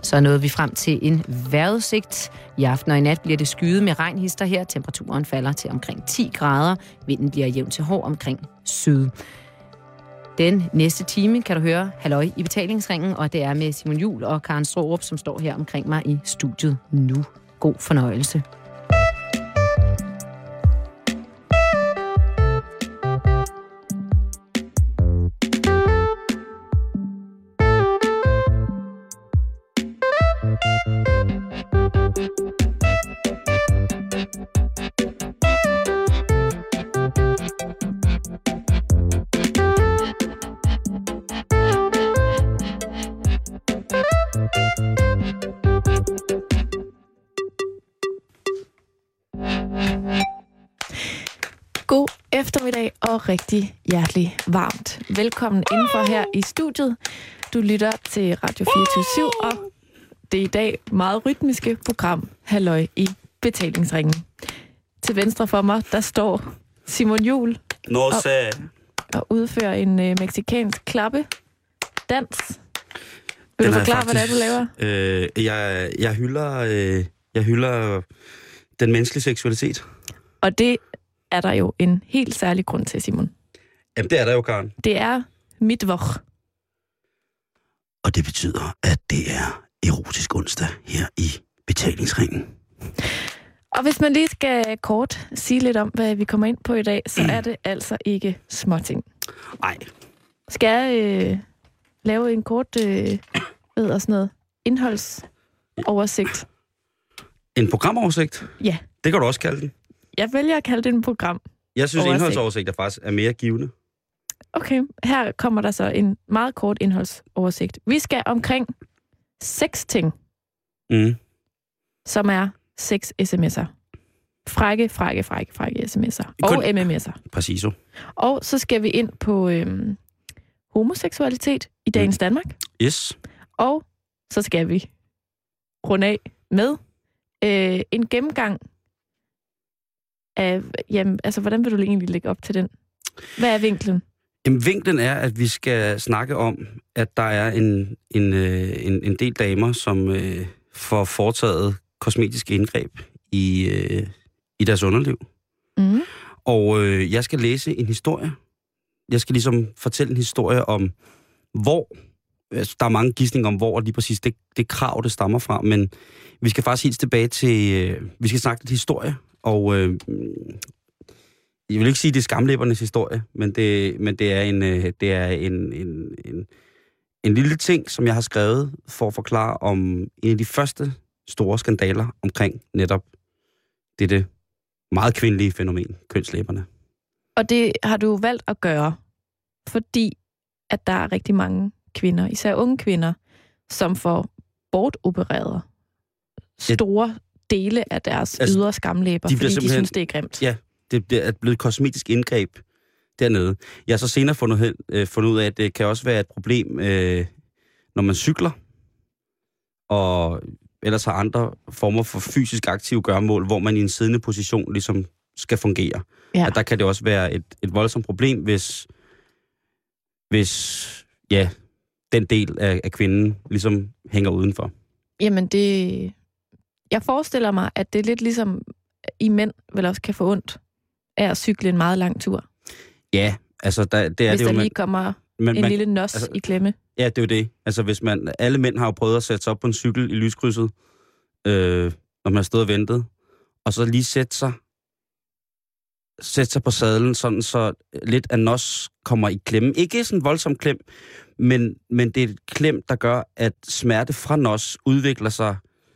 Så nåede vi frem til en vejrudsigt. I aften og i nat bliver det skyet med regnhister her. Temperaturen falder til omkring 10 grader. Vinden bliver jævn til hård omkring syd. Den næste time kan du høre Halløj i betalingsringen, og det er med Simon Juhl og Karen Straarup, som står her omkring mig i studiet nu. God fornøjelse. God eftermiddag og rigtig hjertelig varmt. Velkommen indenfor her i studiet. Du lytter til Radio 24/7 og det er i dag meget rytmiske program Halløj i betalingsringen. Til venstre for mig, der står Simon Juhl og udfører en mexicansk klappe dans. Vil du forklare, hvad det er, du laver? Jeg hylder den menneskelige seksualitet. Og det er der jo en helt særlig grund til, Simon. Jamen, det er der jo, Karen. Det er Mittwoch. Og det betyder, at det er erotisk onsdag her i betalingsringen. Og hvis man lige skal kort sige lidt om, hvad vi kommer ind på i dag, så er det altså ikke småting. Nej. Skal jeg lave en kort, indholdsoversigt? En programoversigt? Ja. Det kan du også kalde den. Jeg vælger at kalde det en program. Jeg synes, indholdsoversigter faktisk er mere givende. Okay, her kommer der så en meget kort indholdsoversigt. Vi skal omkring 6 ting, som er 6 sms'er. Frække sms'er. Og MMS'er. Præcis. Og så skal vi ind på homoseksualitet i dagens Danmark. Yes. Og så skal vi runde af med en gennemgang af, hvordan vil du egentlig lægge op til den? Hvad er vinklen? Jamen, vinklen er, at vi skal snakke om, at der er en del damer, som får foretaget kosmetiske indgreb i deres underliv. Mm. Og jeg skal læse en historie. Jeg skal ligesom fortælle en historie om, hvor. Altså, der er mange gidsninger om, hvor lige præcis det krav, det stammer fra. Men vi skal faktisk helt tilbage til. Vi skal snakke lidt historie. Og jeg vil ikke sige, det er skamlæbernes historie, men det er en lille ting, som jeg har skrevet for at forklare om en af de første store skandaler omkring netop dette meget kvindelige fænomen, kønslæberne. Og det har du valgt at gøre, fordi at der er rigtig mange kvinder, især unge kvinder, som får bortopereret store dele af deres ydre skamlæber, fordi de synes, det er grimt. Ja, det er blevet et kosmetisk indgreb dernede. Jeg har så senere fundet ud af, at det kan også være et problem, når man cykler, og ellers har andre former for fysisk aktive gøremål, hvor man i en siddende position ligesom skal fungere. Ja. At der kan det også være et voldsomt problem, hvis den del af kvinden ligesom hænger udenfor. Jamen jeg forestiller mig, at det er lidt ligesom I mænd vel også kan få ondt af at cykle en meget lang tur. Ja, altså det er hvis det jo... Hvis der lige kommer en lille nos i klemme. Ja, det er jo det. Altså hvis alle mænd har jo prøvet at sætte sig op på en cykel i lyskrydset, når man har stået og ventet, og så lige sætte sig på sadlen, sådan så lidt af nos kommer i klemme. Ikke sådan en voldsom klem, men det er et klem, der gør, at smerte fra nos udvikler sig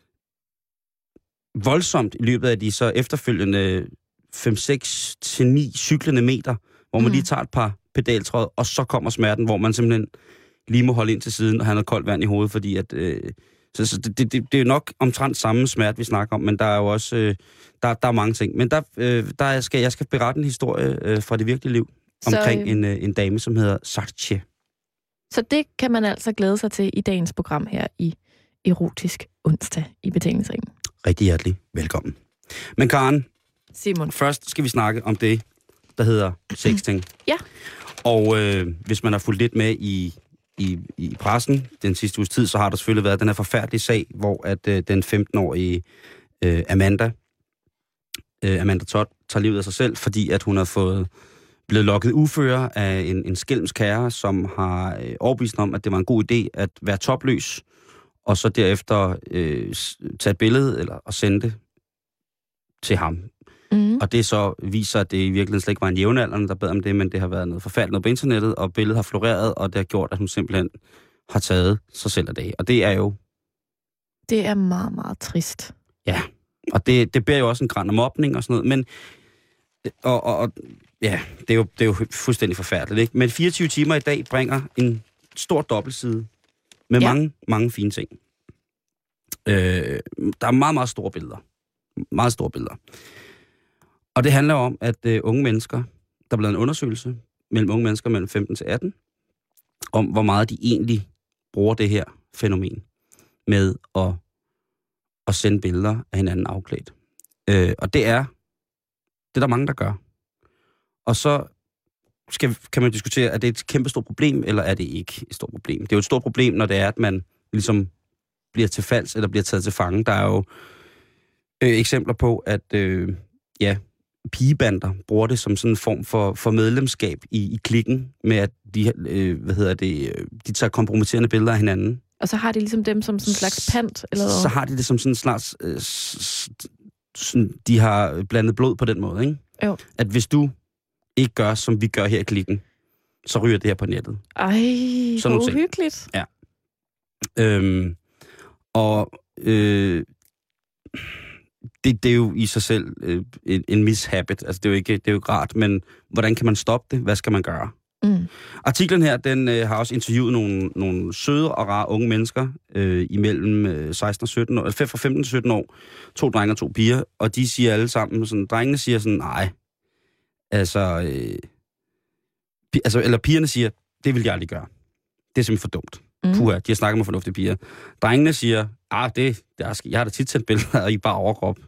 voldsomt i løbet af de så efterfølgende 5-6-9 cyklende meter, hvor man lige tager et par pedaltråd, og så kommer smerten, hvor man simpelthen lige må holde ind til siden og have noget koldt vand i hovedet, fordi at... Så det er jo nok omtrent samme smerte, vi snakker om, men der er jo også der er mange ting. Men jeg skal berette en historie fra det virkelige liv omkring en dame, som hedder Sarche. Så det kan man altså glæde sig til i dagens program her i Erotisk Onsdag i betalingsringen. Rigtig hjertelig velkommen. Men Karen, Simon, først skal vi snakke om det, der hedder sexting. Ja. Og hvis man har fulgt lidt med i pressen den sidste uges tid, så har der selvfølgelig været den her forfærdelige sag, hvor at den 15-årige Amanda Todd tager livet af sig selv, fordi at hun har blevet lokket uføre af en skælmsk herre, som har overbevist om, at det var en god idé at være topløs, og så derefter tage et billede og sende det til ham. Mm. Og det så viser, at det i virkeligheden slet ikke var en jævnaldrende, der bad om det, men det har været noget forfærdeligt noget på internettet, og billedet har floreret, og det har gjort, at hun simpelthen har taget sig selv af det. Og det er jo... Det er meget, meget trist. Ja, og det bærer jo også en græn af mobning og sådan noget, men... Og ja, det er jo fuldstændig forfærdeligt, ikke? Men 24 timer i dag bringer en stor dobbeltside med mange, mange fine ting. Der er meget, meget store billeder. Meget store billeder. Og det handler om, at unge mennesker, der er blevet en undersøgelse mellem unge mennesker mellem 15 til 18, om hvor meget de egentlig bruger det her fænomen med at sende billeder af hinanden afklædt. Og det er der mange, der gør. Og så kan man diskutere, er det et kæmpe stort problem, eller er det ikke et stort problem? Det er jo et stort problem, når det er, at man ligesom bliver til falds, eller bliver taget til fange. Der er jo eksempler på, at pigebander bruger det som sådan en form for medlemskab i klikken, med at de tager kompromitterende billeder af hinanden. Og så har de ligesom dem som sådan en slags pant? Eller så har de det som sådan en slags... de har blandet blod på den måde, ikke? Jo. At hvis du ikke gør, som vi gør her i klikken, så ryger det her på nettet. Ej, hvor uhyggeligt. Ja. Det er jo i sig selv en mishabit. Altså, det er jo ikke rart, men hvordan kan man stoppe det? Hvad skal man gøre? Mm. Artiklen her, den har også interviewet nogle søde og rare unge mennesker imellem 16 og 17 år, fra 15 til 17 år. 2 drenge og 2 piger, og de siger alle sammen sådan, drengene siger sådan, nej, eller pigerne siger, det vil jeg aldrig gøre. Det er simpelthen for dumt. Puha, de har snakket med fornuftige piger. Drengene siger, jeg har da tit sendt billeder i bare overkrop.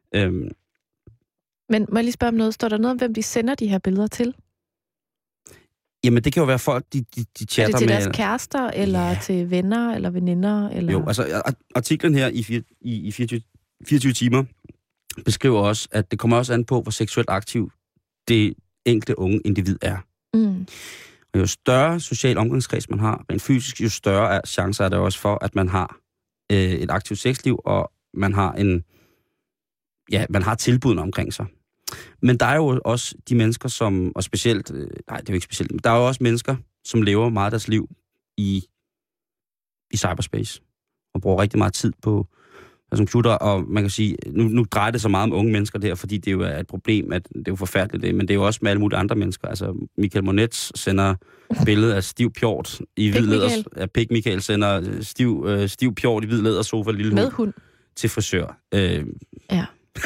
Men må jeg lige spørge om noget? Står der noget om, hvem de sender de her billeder til? Jamen, det kan jo være folk, de chatter med... Er det til deres kærester, eller til venner, eller veninder? Eller... Jo, altså artiklen her i 24 timer beskriver også, at det kommer også an på, hvor seksuelt aktiv det enkelte unge individ er. Mm. Og jo større social omgangskreds man har, rent fysisk, jo større chancer er der også for, at man har et aktivt sexliv, og man har man har tilbudene omkring sig. Men der er jo også de mennesker, som, og specielt, det er jo ikke specielt, men der er jo også mennesker, som lever meget af deres liv i cyberspace, og bruger rigtig meget tid på computer, og man kan sige, nu drejer det så meget om unge mennesker der, fordi det jo er et problem, at det er jo forfærdeligt det, men det er jo også med alle mulige andre mennesker. Altså, Michael Monets sender billede af stiv pjort i hvid læder. Ja, Pig Michael sender stiv pjort i hvid læder sofa, lille med hund til frisør. Ja.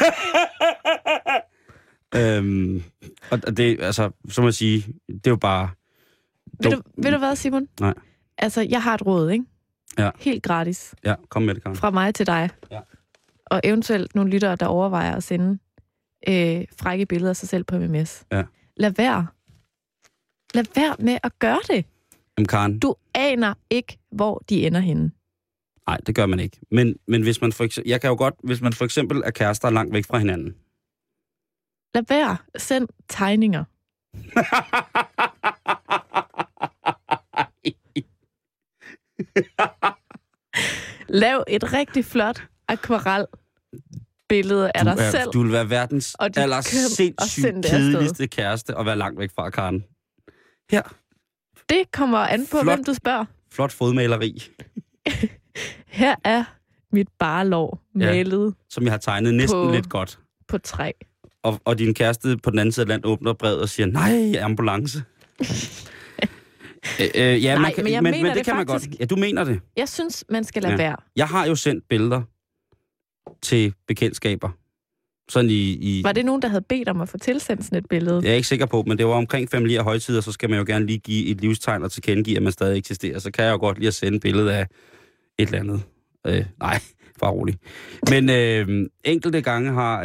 Og det, altså, så må jeg sige, det er jo bare... Ved du hvad, Simon? Nej. Altså, jeg har et råd, ikke? Ja. Helt gratis. Ja, kom med det, Karen. Fra mig til dig. Ja. Og eventuelt nogle lyttere, der overvejer at sende frække billeder af sig selv på MMS. Ja. Lad være. Lad være med at gøre det. Jamen, Karen. Du aner ikke, hvor de ender henne. Nej, det gør man ikke. Men hvis man jeg kan jo godt, hvis man for eksempel er kærester langt væk fra hinanden. Lad være. Send tegninger. Lav et rigtig flot akvarelbillede af dig selv. Du vil være verdens sindssygt kedeligste kæreste og være langt væk fra, Karen. Her. Det kommer an på, hvem du spørger. Flot fodmaleri. Her er mit barelår malet. Som jeg har tegnet næsten lidt godt. På træ. Og din kæreste på den anden side af land åbner brevet og siger, nej, ambulance. Ja, nej, men det kan faktisk. Man godt. Ja, du mener det. Jeg synes, man skal lade være. Jeg har jo sendt billeder til bekendtskaber. Sådan Var det nogen, der havde bedt om at få tilsendt sådan et billede? Jeg er ikke sikker på, men det var omkring familie og højtider, så skal man jo gerne lige give et livstegn og tilkendegive, at man stadig eksisterer. Så kan jeg jo godt lige at sende et billede af et eller andet. Nej, bare roligt. Men enkelte gange har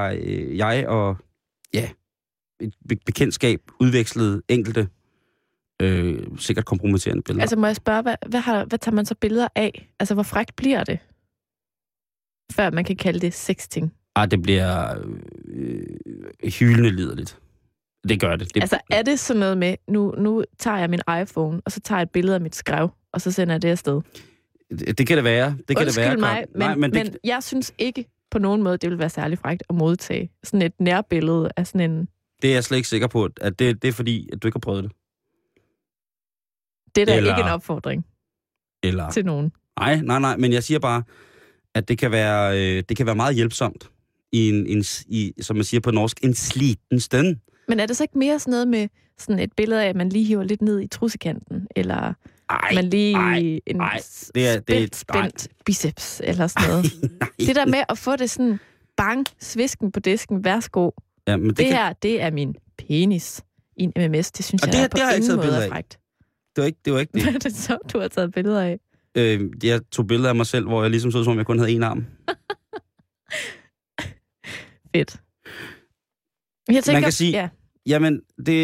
jeg og et bekendtskab udvekslet enkelte sikkert kompromitterende billeder. Altså må jeg spørge, hvad tager man så billeder af? Altså hvor frækt bliver det? Før man kan kalde det sexting. Det bliver hylende liderligt. Det gør det. Altså er det sådan noget med, nu tager jeg min iPhone, og så tager jeg et billede af mit skrev, og så sender jeg det afsted? Det kan det være. Undskyld mig, men jeg synes ikke på nogen måde, det vil være særlig frækt at modtage sådan et nærbillede af sådan en... Det er jeg slet ikke sikker på, at det er fordi, at du ikke har prøvet det. Det er da ikke en opfordring til nogen. Nej, men jeg siger bare, at det kan være meget hjælpsomt i som man siger på norsk, en sliten stund. Men er det så ikke mere sådan noget med sådan et billede af, at man lige hiver lidt ned i trussekanten, eller man lige spændt biceps, eller sådan noget? Det der med at få det sådan, bang, svisken på disken, værsgo. Ja, men det er min penis i en MMS. Det synes jeg på ingen måde er frækt. Det var ikke det. Hvad er det så, du har taget billeder af? Jeg tog billeder af mig selv, hvor jeg ligesom så ud, som om jeg kun havde en arm. Fedt. Jeg tænker, man kan sige, jamen,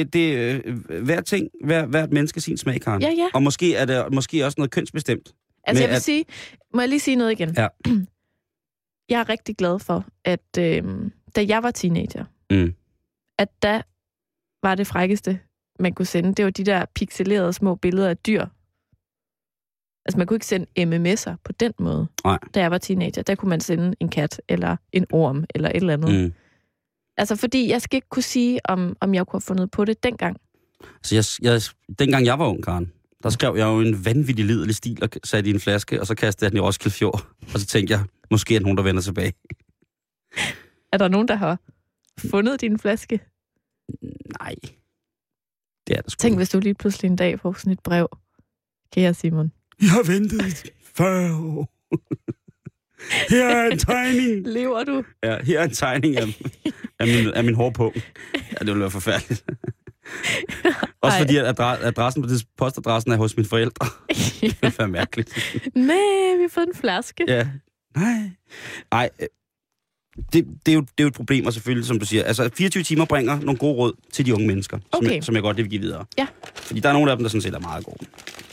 hvert menneske sin smag, Karen. Ja. Og måske er det også noget kønsbestemt. Altså jeg vil sige, må jeg lige sige noget igen? Ja. Jeg er rigtig glad for, at da jeg var teenager, at da var det frækkeste, man kunne sende, det var de der pixelerede små billeder af dyr. Altså man kunne ikke sende MMS'er på den måde. Nej. Da jeg var teenager, der kunne man sende en kat, eller en orm, eller et eller andet. Altså fordi jeg skal ikke kunne sige, om jeg kunne have fundet på det dengang. Altså dengang jeg var ung, Karen, der skrev jeg jo en vanvittig lidelig stil og satte i en flaske, og så kastede jeg den i Roskilde Fjord. Og så tænkte jeg, måske er nogen, der vender tilbage. Er der nogen, der har fundet din flaske? Nej. Det er der sgu. Tænk, hvis du lige pludselig en dag får sådan et brev. Kære Simon. Jeg har ventet 40 år. Her er en tegning. Lever du? Ja, her er en tegning af min hårpung. Ja, det ville være forfærdeligt. Også fordi adressen på postadressen er hos mine forældre. Det er mærkeligt. Nej, vi har fået en flaske. Ja. Nej. Det er jo et problem, og selvfølgelig, som du siger. Altså, 24 timer bringer nogle gode råd til de unge mennesker, som jeg godt vil give videre. Ja. Fordi der er nogle af dem, der sådan set er meget gode.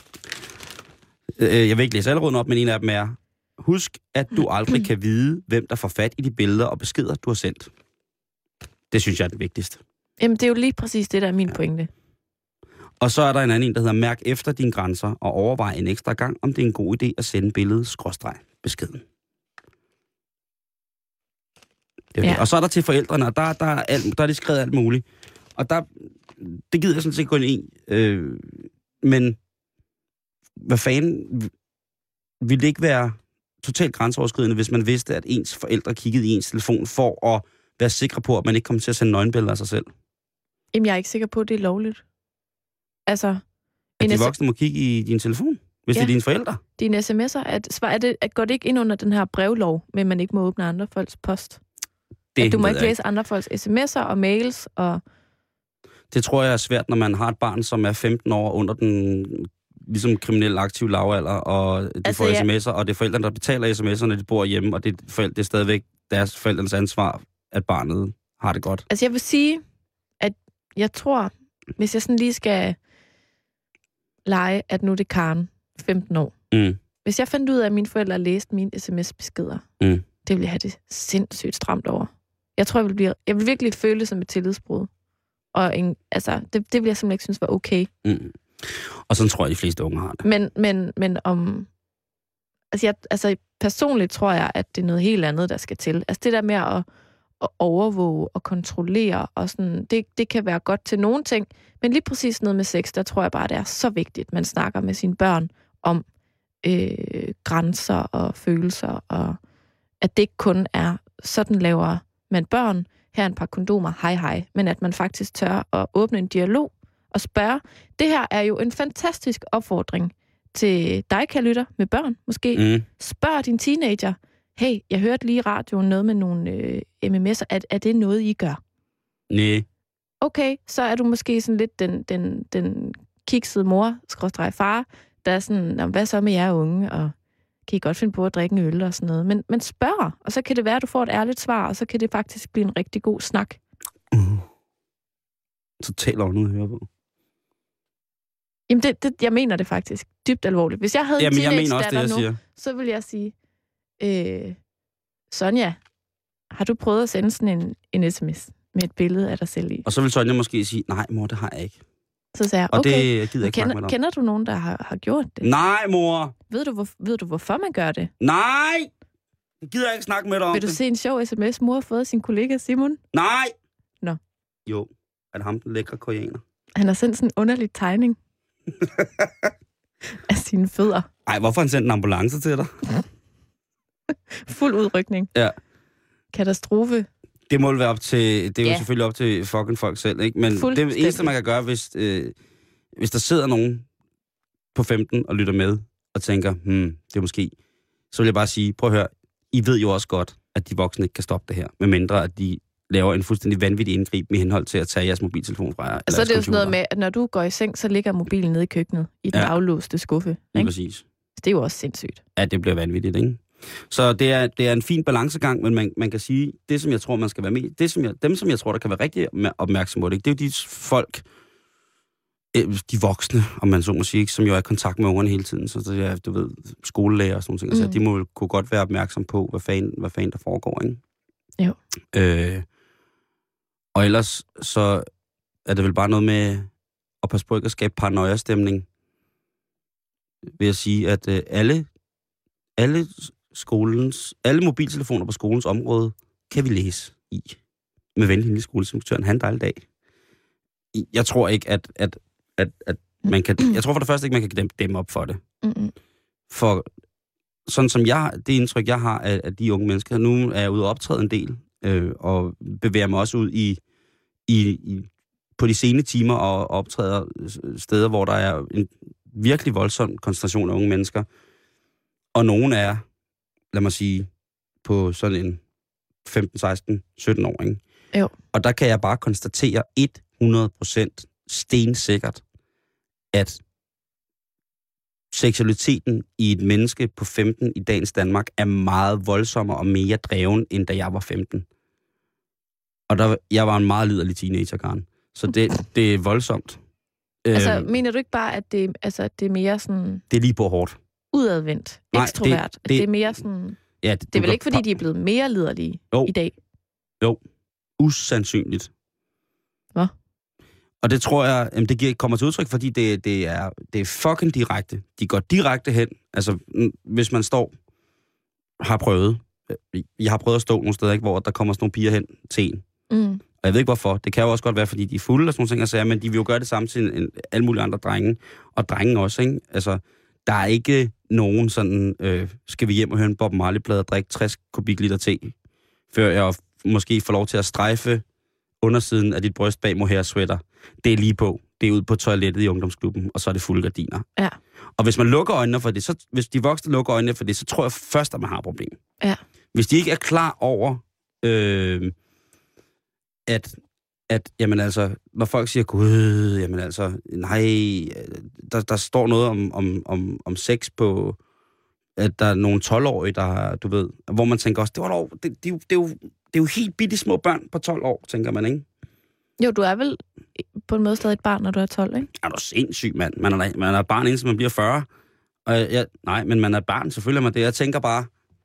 Jeg vil ikke læse alle rådene op, men en af dem er, husk, at du aldrig kan vide, hvem der får fat i de billeder og beskeder, du har sendt. Det synes jeg er det vigtigste. Jamen, det er jo lige præcis det, der er min pointe. Og så er der en anden, der hedder, mærk efter dine grænser og overvej en ekstra gang, om det er en god idé at sende billedet/beskeden. Ja. Og så er der til forældrene, og der er det skrevet alt muligt. Og det gider jeg sådan set gå ind i. Men hvad fanden ville det ikke være totalt grænseoverskridende, hvis man vidste, at ens forældre kiggede i ens telefon for at være sikre på, at man ikke kommer til at sende nøgenbilleder af sig selv? Jamen, jeg er ikke sikker på, at det er lovligt. Altså... At de voksne må kigge i din telefon, hvis det er dine forældre? Dine sms'er, går det ikke ind under den her brevlov, men man ikke må åbne andre folks post? At du må ikke læse andre folks sms'er og mails og... Det tror jeg er svært, når man har et barn, som er 15 år under den ligesom kriminel aktiv lavalder, og de får sms'er, og det er forældrene, der betaler sms'er, når de bor hjemme, og det er stadigvæk deres forældrenes ansvar, at barnet har det godt. Altså jeg vil sige, at jeg tror, hvis jeg sådan lige skal lege, at nu er det Karen, 15 år. Hvis jeg fandt ud af, at mine forældre læste mine sms-beskeder, det ville jeg have det sindssygt stramt over. Jeg tror, jeg vil virkelig føle det som et tillidsbrud. Og det vil jeg simpelthen ikke synes var okay. Og sådan tror jeg, de fleste unge har det. Men om... personligt tror jeg, at det er noget helt andet, der skal til. Altså det der med at overvåge og kontrollere, og sådan, det kan være godt til nogle ting, men lige præcis noget med sex, der tror jeg bare, det er så vigtigt, man snakker med sine børn om grænser og følelser, og at det ikke kun er, sådan laver man børn, her er en par kondomer, hej, men at man faktisk tør at åbne en dialog og spørge. Det her er jo en fantastisk opfordring til dig, kære lytter, med børn måske. Spørg din teenager, hey, jeg hørte lige i radioen noget med nogle MMS'er, er det noget, I gør? Nej. Okay, så er du måske sådan lidt den kiksede mor/far, der er sådan, hvad så med jer unge, og kan I godt finde på at drikke en øl og sådan noget. Men spørg, og så kan det være, at du får et ærligt svar, og så kan det faktisk blive en rigtig god snak. Så taler hun noget at høre på. Jamen, jeg mener det faktisk dybt alvorligt. Hvis jeg havde en teenage-datter nu, så ville jeg sige, Sonja, har du prøvet at sende sådan en sms med et billede af dig selv i? Og så vil Sonja måske sige, nej mor, det har jeg ikke. Så sagde jeg, okay, og det gider jeg ikke kender du nogen, der har gjort det? Nej, mor. Ved du, hvorfor man gør det? Nej! Jeg gider ikke snakke med dig om det. Vil du se en sjov sms, mor har fået af sin kollega Simon? Nej! Nå. Jo, er det ham, den lækre koreaner? Han har sendt sådan en underlig tegning af sine fødder. Ej, hvorfor han sendt en ambulance til dig? Fuld udrykning. Ja. Katastrofe. Det må være op til, det er jo selvfølgelig op til fucking folk selv, ikke? Men det eneste, man kan gøre, hvis der sidder nogen på 15 og lytter med, og tænker, det er måske, så vil jeg bare sige, prøv at høre, I ved jo også godt, at de voksne ikke kan stoppe det her, medmindre at de laver en fuldstændig vanvittig indgreb med henhold til at tage jeres mobiltelefon fra jer. Så er det jo sådan noget med, at når du går i seng, så ligger mobilen nede i køkkenet, i den aflåste skuffe. Lige præcis. Det er jo også sindssygt. Ja, det bliver vanvittigt, ikke? Så det er en fin balancegang, men man kan sige, det som jeg tror, man skal være med, dem som jeg tror, der kan være rigtig opmærksom på det, det er jo de folk, de voksne, om man så må sige, som jo er i kontakt med ungerne hele tiden, så det er, du ved, skolelærer og sådan noget, så de må kunne godt være opmærksom på, hvad fanden der foregår, ikke? Jo. Og ellers så er det vel bare noget med at passe på ikke at skabe paranoia-stemning, ved at sige, at alle mobiltelefoner på skolens område kan vi læse i. Med venlig skoleinspektøren. Han en dejlig dag. Jeg tror ikke, at man kan... Jeg tror for det første ikke, man kan dæmme op for det. Mm-hmm. For sådan som det indtryk, jeg har af de unge mennesker, nu er jeg ude og optræde en del, og bevæger mig også ud på de sene timer og optræder steder, hvor der er en virkelig voldsom koncentration af unge mennesker. Og nogen er, lad mig sige, på sådan en 15, 16, 17 år, ikke? Jo. Og der kan jeg bare konstatere 100% stensikkert, at seksualiteten i et menneske på 15 i dagens Danmark er meget voldsommere og mere dreven, end da jeg var 15. Og jeg var en meget liderlig teenager, Karen. Så det er voldsomt. Altså, mener du ikke bare, at det er mere sådan... Det er lige på hårdt. Udadvendt, ekstrovert. Det er mere sådan... Ja, det er vel ikke, fordi de er blevet mere liderlige i dag? Jo. Usandsynligt. Hvad? Og det tror jeg, det kommer til udtryk, fordi det er fucking direkte. De går direkte hen. Altså, hvis man har prøvet. Jeg har prøvet at stå nogle steder, ikke, hvor der kommer sådan nogle piger hen til en. Mm. Og jeg ved ikke hvorfor. Det kan jo også godt være, fordi de er fulde og sådan nogle ting, men de vil jo gøre det samme til alle mulige andre drenge. Og drenge også, ikke? Altså, der er ikke nogen sådan, skal vi hjem og høre en Bob Marley-plade og drikke 60 kubikliter te, før jeg måske får lov til at strejfe undersiden af dit bryst bag mohair-sweater. Det er lige på. Det er ude på toilettet i ungdomsklubben, og så er det fulde gardiner. Ja. Og hvis man lukker øjnene for det, hvis de voksne lukker øjnene for det, så tror jeg først, at man har et problem. Ja. Hvis de ikke er klar over, at jamen altså, når folk siger, gud, jamen altså, nej, der står noget om sex på, at der er nogle 12-årige, der, du ved, hvor man tænker også, det er jo helt bitte små børn på 12 år, tænker man, ikke? Jo, du er vel på en måde stadig et barn, når du er 12, ikke? Er du sindssyg, mand? Man er barn, indtil man bliver 40. Og nej, men man er et barn, selvfølgelig er man det. Jeg tænker bare,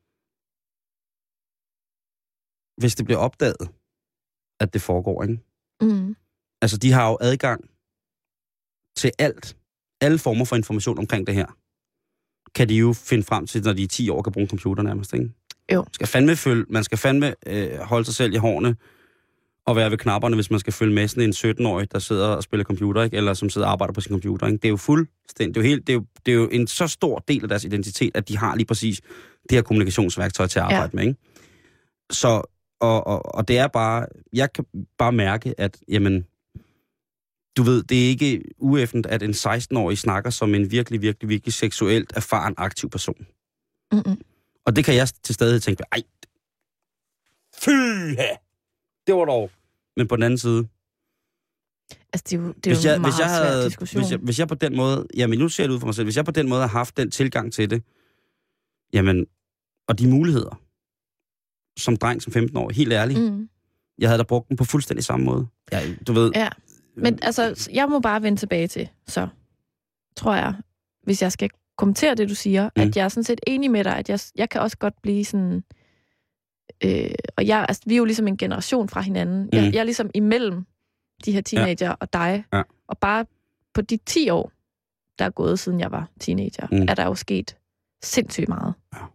hvis det bliver opdaget, at det foregår, ikke? Mm. Altså, de har jo adgang til alle former for information omkring det her. Kan de jo finde frem til, når de er 10 år kan bruge en computer nærmest, ikke? Jo. Man skal fandme holde sig selv i hårene og være ved knapperne, hvis man skal følge med sådan en 17-årig, der sidder og spiller computer, ikke? Eller som sidder og arbejder på sin computer, ikke? Det er jo fuldstændig, det er jo en så stor del af deres identitet, at de har lige præcis det her kommunikationsværktøj til at arbejde med, ikke? Så, og det er bare, jeg kan bare mærke, at, jamen, du ved, det er ikke ueffent, at en 16-årig snakker som en virkelig, virkelig, virkelig seksuelt erfaren, aktiv person. Mm-mm. Og det kan jeg til stadig tænke, ej, fy, det var dog. Men på den anden side... Altså, det er jo en meget svær diskussion. Hvis jeg på den måde... Jamen, nu ser det ud for mig selv. Hvis jeg på den måde har haft den tilgang til det, jamen, og de muligheder, som dreng, som 15 år, helt ærligt, jeg havde da brugt dem på fuldstændig samme måde. Ja, du ved... Ja, men altså, jeg må bare vende tilbage til, så. tror jeg, hvis jeg skal kommentere det, du siger, at jeg er sådan set enig med dig, at jeg kan også godt blive sådan... og vi er jo ligesom en generation fra hinanden. Jeg er ligesom imellem de her teenager og dig. Ja. Og bare på de 10 år, der er gået, siden jeg var teenager, er der jo sket sindssygt meget.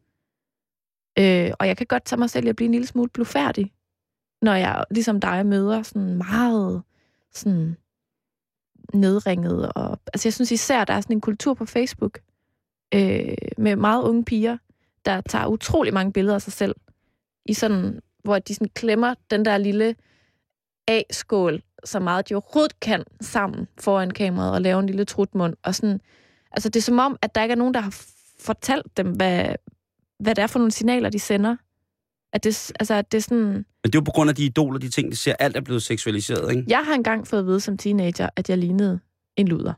Ja. Og jeg kan godt tage mig selv at blive en lille smule blufærdig, når jeg ligesom dig møder sådan meget sådan nedringet. Og, altså jeg synes især, der er sådan en kultur på Facebook med meget unge piger, der tager utrolig mange billeder af sig selv, i sådan, hvor de sådan klemmer den der lille A-skål, så meget de overhovedet kan, sammen foran kameraet og lave en lille trutmund. Og sådan, altså det er som om, at der ikke er nogen, der har fortalt dem, hvad det er for nogle signaler, de sender. At det er sådan... Men det er jo på grund af de idoler, de ting, de ser, alt er blevet seksualiseret, ikke? Jeg har engang fået at vide som teenager, at jeg lignede en luder.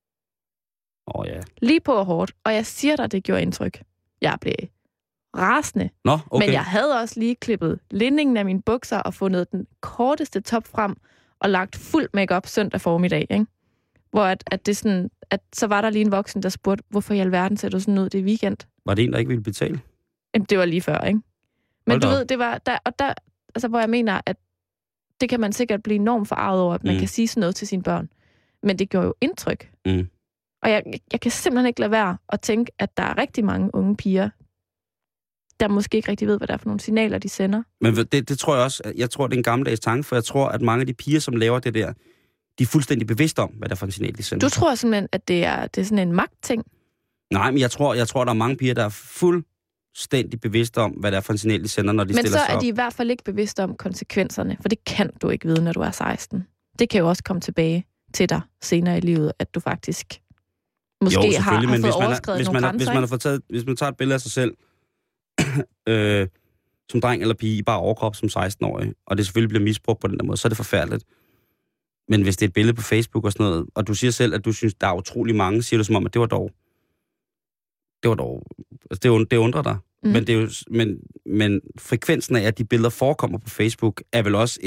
Ja. Lige på og hårdt. Og jeg siger dig, det gjorde indtryk. Jeg blev rasende. Nå, okay. Men jeg havde også lige klippet lindingen af mine bukser og fundet den korteste top frem og lagt fuld makeup søndag formiddag, ikke? Hvor at det sådan, at så var der lige en voksen, der spurgte, hvorfor i alverden ser du sådan ud, det er weekend? Var det en, der ikke ville betale? Det var lige før, ikke? Men du ved, det var der, altså hvor jeg mener, at det kan man sikkert blive enormt forarvet over, at man kan sige sådan noget til sine børn. Men det gjorde jo indtryk. Og jeg kan simpelthen ikke lade være at tænke, at der er rigtig mange unge piger, der måske ikke rigtig ved, hvad der er for nogle signaler, de sender. Men det tror jeg også, jeg tror, det er en gammeldags tanke, for jeg tror, at mange af de piger, som laver det der, de er fuldstændig bevidste om, hvad der er for en signal, de sender. Du tror simpelthen, at det er sådan en magtting? Nej, men jeg tror, der er mange piger, der er fuldstændig bevidste om, hvad der er for en signal, de sender, når de stiller sig op. Men så er de i hvert fald ikke bevidste om konsekvenserne, for det kan du ikke vide, når du er 16. Det kan jo også komme tilbage til dig senere i livet, at du faktisk måske har fået overskredet nogle grænser. Hvis man tager et billede af sig selv, som dreng eller pige i bare overkrop som 16-årig, og det selvfølgelig bliver misbrugt på den der måde, så er det forfærdeligt. Men hvis det er et billede på Facebook og sådan noget, og du siger selv, at du synes, der er utrolig mange, siger du som om, at det var dog, altså det undrer dig. Men, det er jo, men frekvensen af, at de billeder forekommer på Facebook, er vel også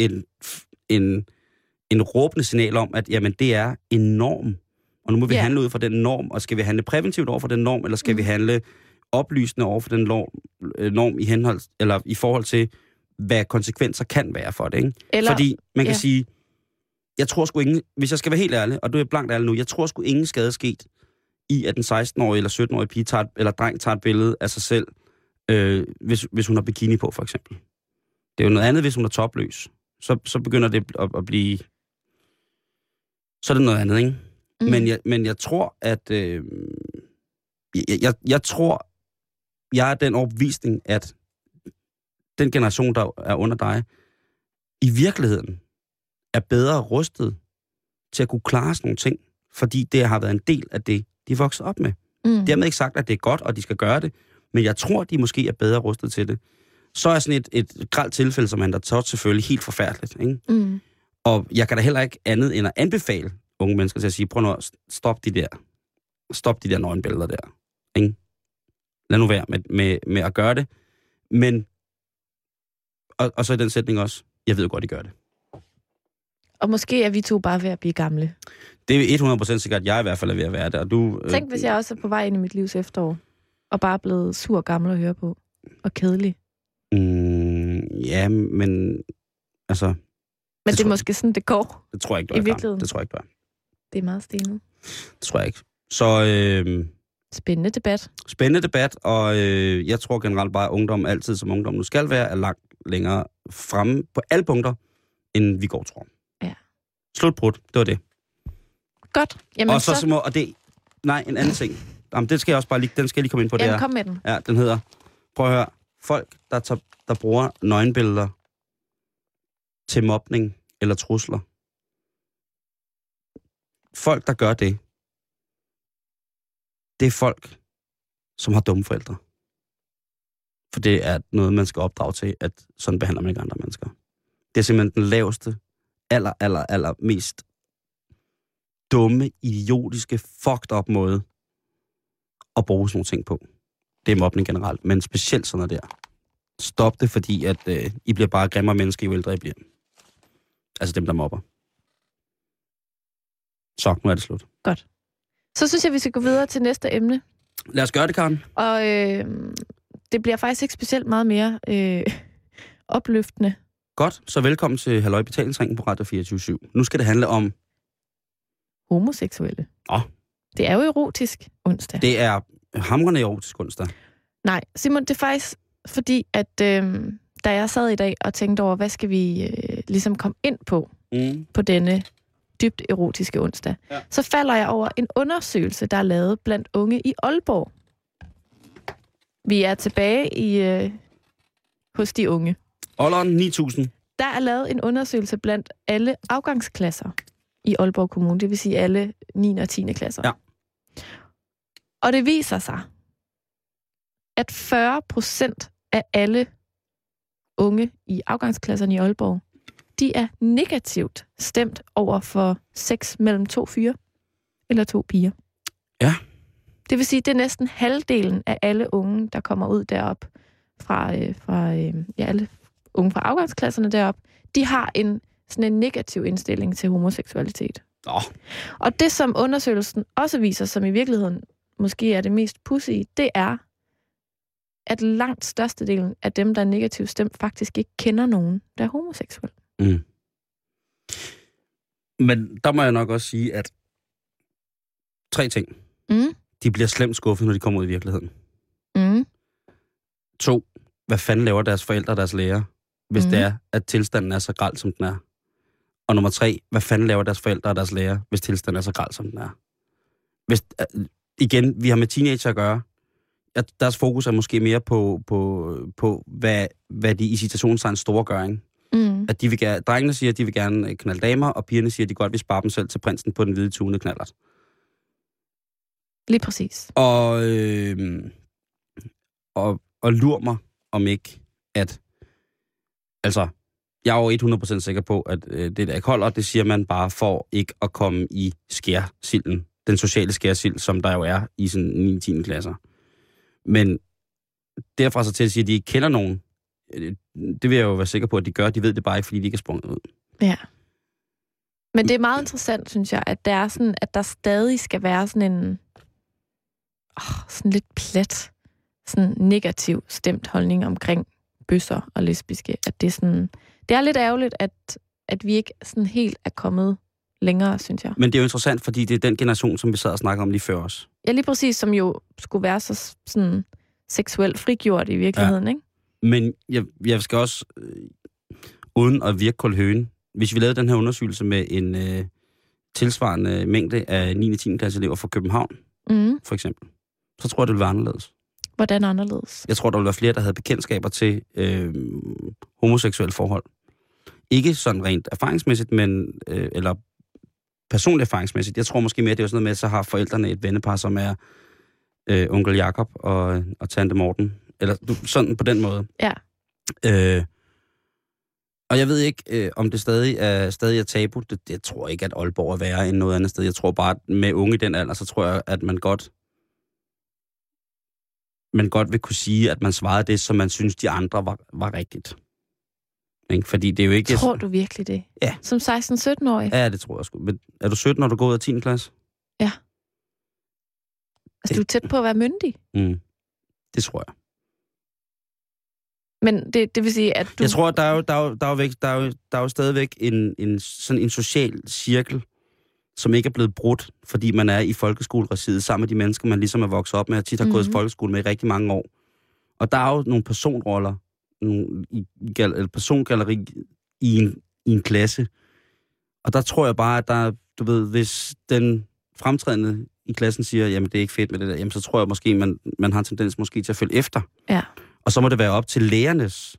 en råbende signal om, at jamen, det er en norm. Og nu må vi handle ud fra den norm, og skal vi handle præventivt over for den norm, eller skal vi handle oplysende over for den norm i forhold til, hvad konsekvenser kan være for det, ikke? Fordi man kan sige, jeg tror sgu ingen, hvis jeg skal være helt ærlig, og du er blankt ærlig nu, jeg tror sgu ingen skade sket i, at en 16-årig eller 17-årig pige dreng tager et billede af sig selv, hvis hun har bikini på, for eksempel. Det er jo noget andet, hvis hun er topløs. Så begynder det at blive... Så er det noget andet, ikke? Men jeg tror, at... Jeg tror, jeg er den overbevisning, at den generation, der er under dig, i virkeligheden er bedre rustet til at kunne klare sådan nogle ting, fordi det har været en del af det, de er vokset op med. Dermed ikke sagt, at det er godt, og de skal gøre det, men jeg tror, de måske er bedre rustet til det. Så er sådan et grelt tilfælde, som han der tager selvfølgelig helt forfærdeligt, ikke? Og jeg kan da heller ikke andet end at anbefale unge mennesker til at sige, prøv nu at stop de der nøgenbilleder der. Ikke? Lad nu være med at gøre det. Men, og så i den sætning også, jeg ved jo godt, de gør det. Og måske er vi to bare ved at blive gamle. Det er 100% sikkert, at jeg i hvert fald er ved at være der. Og du, tænk, hvis jeg også er på vej ind i mit livs efterår, og bare er blevet sur gammel at høre på, og kedelig. Ja, men altså... Men det er måske sådan, det går. Det tror jeg ikke, du er. I virkeligheden. Det tror jeg ikke, du er. Det er meget stenet. Det tror jeg ikke. Så... Spændende debat. Spændende debat, og jeg tror generelt bare, at ungdom altid, som ungdom nu skal være, er langt længere fremme på alle punkter, end vi går tror. Ja. Slutbrud, det var det. Godt. Jamen og så og det... Nej, en anden ting. Jamen, den skal jeg også bare den skal jeg lige komme ind på. Jamen, kom med den. Ja, den hedder... Prøv at høre. Folk, der bruger nøgenbilleder til mobning eller trusler. Folk, der gør det, det er folk, som har dumme forældre. For det er noget, man skal opdrage til, at sådan behandler man ikke andre mennesker. Det er simpelthen den laveste, aller mest dumme, idiotiske, fucked up måde at bruge sådan nogle ting på. Det er mobning generelt, men specielt sådan noget der. Stop det, fordi at I bliver bare grimmere mennesker, jo ældre I bliver. Altså dem, der mobber. Så, nu er det slut. Godt. Så synes jeg, vi skal gå videre til næste emne. Lad os gøre det, Karen. Og det bliver faktisk ikke specielt meget mere opløftende. Godt, så velkommen til Halløj Betalingsringen på Radio 24/7. Nu skal det handle om... Homoseksuelle. Det er jo erotisk onsdag. Det er hamrende erotisk onsdag. Nej, Simon, det er faktisk fordi, at da jeg sad i dag og tænkte over, hvad skal vi ligesom komme ind på denne dybt erotiske onsdag, så falder jeg over en undersøgelse, der er lavet blandt unge i Aalborg. Vi er tilbage hos de unge. Ålderen 9000. Der er lavet en undersøgelse blandt alle afgangsklasser i Aalborg Kommune, det vil sige alle 9. og 10. klasser. Ja. Og det viser sig, at 40% af alle unge i afgangsklasserne i Aalborg, de er negativt stemt over for sex mellem 2 fyre eller 2 piger. Ja. Det vil sige, det er næsten halvdelen af alle unge, der kommer ud derop fra alle unge fra afgangsklasserne derop, de har sådan en negativ indstilling til homoseksualitet. Og det, som undersøgelsen også viser, som i virkeligheden måske er det mest pudsige, det er, at langt størstedelen af dem, der er negativt stemt, faktisk ikke kender nogen, der er homoseksuel. Mm. Men der må jeg nok også sige, at 3 ting. De bliver slemt skuffet, når de kommer ud i virkeligheden. 2. Hvad fanden laver deres forældre og deres lærer, hvis det er, at tilstanden er så grel, som den er? Og nummer 3. Hvad fanden laver deres forældre og deres lærer, hvis tilstanden er så grel, som den er? Igen, vi har med teenager at gøre. Deres fokus er måske mere på hvad de i citationstegn store gør, ikke? At drengene siger, at de vil gerne knalde damer, og pigerne siger, at de godt vil spare dem selv til prinsen på den hvide tunede knallert. Lige præcis. Og lur mig om ikke, at... Altså, jeg er jo 100% sikker på, at det der ikke holder, det siger man bare for ikke at komme i skærsilden. Den sociale skærsild, som der jo er i sådan 9. 10. klasser. Men derfra så til at sige, at de ikke kender nogen, det vil jeg jo være sikker på, at de gør. De ved det bare ikke, fordi de ikke er sprunget ud. Ja. Men det er meget interessant, synes jeg, at det er sådan, at der stadig skal være sådan en sådan lidt plat, sådan negativ stemt holdning omkring bøsser og lesbiske. At det er sådan, det er lidt ærgerligt, at vi ikke sådan helt er kommet længere, synes jeg. Men det er jo interessant, fordi det er den generation, som vi sad og snakkede om lige før os. Ja, lige præcis, som jo skulle være så sådan seksuelt frigjort i virkeligheden, ikke? Men jeg skal også, uden at virke koldhøen, hvis vi lavede den her undersøgelse med en tilsvarende mængde af 9. og 10. klasse elever fra København, for eksempel, så tror jeg, det ville være anderledes. Hvordan anderledes? Jeg tror, der ville være flere, der havde bekendtskaber til homoseksuelle forhold. Ikke sådan rent erfaringsmæssigt, men eller personligt erfaringsmæssigt. Jeg tror måske mere, det er sådan noget med, at så har forældrene et vennepar, som er onkel Jakob og tante Morten. Eller sådan på den måde. Ja. Og jeg ved ikke, om det stadig er tabu. Jeg tror ikke, at Aalborg er værre end noget andet sted. Jeg tror bare, at med unge i den alder, så tror jeg, at man godt vil kunne sige, at man svarede det, som man synes, de andre var rigtigt. Ikke? Fordi det er jo ikke... Tror du virkelig det? Ja. Som 16-17-årig? Ja, det tror jeg sgu. Men er du 17, når du går ud af 10. klasse? Ja. Altså, du er tæt på at være myndig? Det tror jeg. Men det vil sige, at du... Jeg tror, der er jo stadigvæk en social cirkel, som ikke er blevet brudt, fordi man er i folkeskoleresidet sammen med de mennesker, man ligesom er vokset op med, og tit har gået i folkeskole med i rigtig mange år. Og der er jo nogle personroller, eller persongalleri i en klasse. Og der tror jeg bare, at der, du ved, hvis den fremtrædende i klassen siger, jamen det er ikke fedt med det der, jamen så tror jeg måske, man har en tendens måske til at følge efter. Ja. Og så må det være op til lærernes,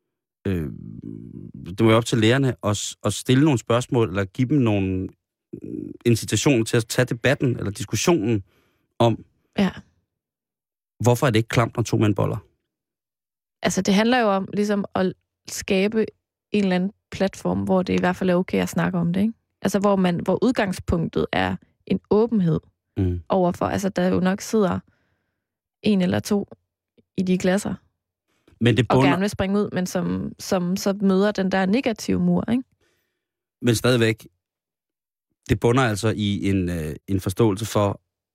at stille nogle spørgsmål, eller give dem nogle incitation til at tage debatten, eller diskussionen om, hvorfor er det ikke klamt, når 2 mænd boller? Altså, det handler jo om ligesom at skabe en eller anden platform, hvor det i hvert fald er okay at snakke om det, ikke? Altså, hvor udgangspunktet er en åbenhed overfor, altså, der jo nok sidder 1 eller 2 i de klasser, men det og gerne vil springe ud, men som så møder den der negative mur, ikke? Men stadigvæk, det bunder altså i en forståelse for,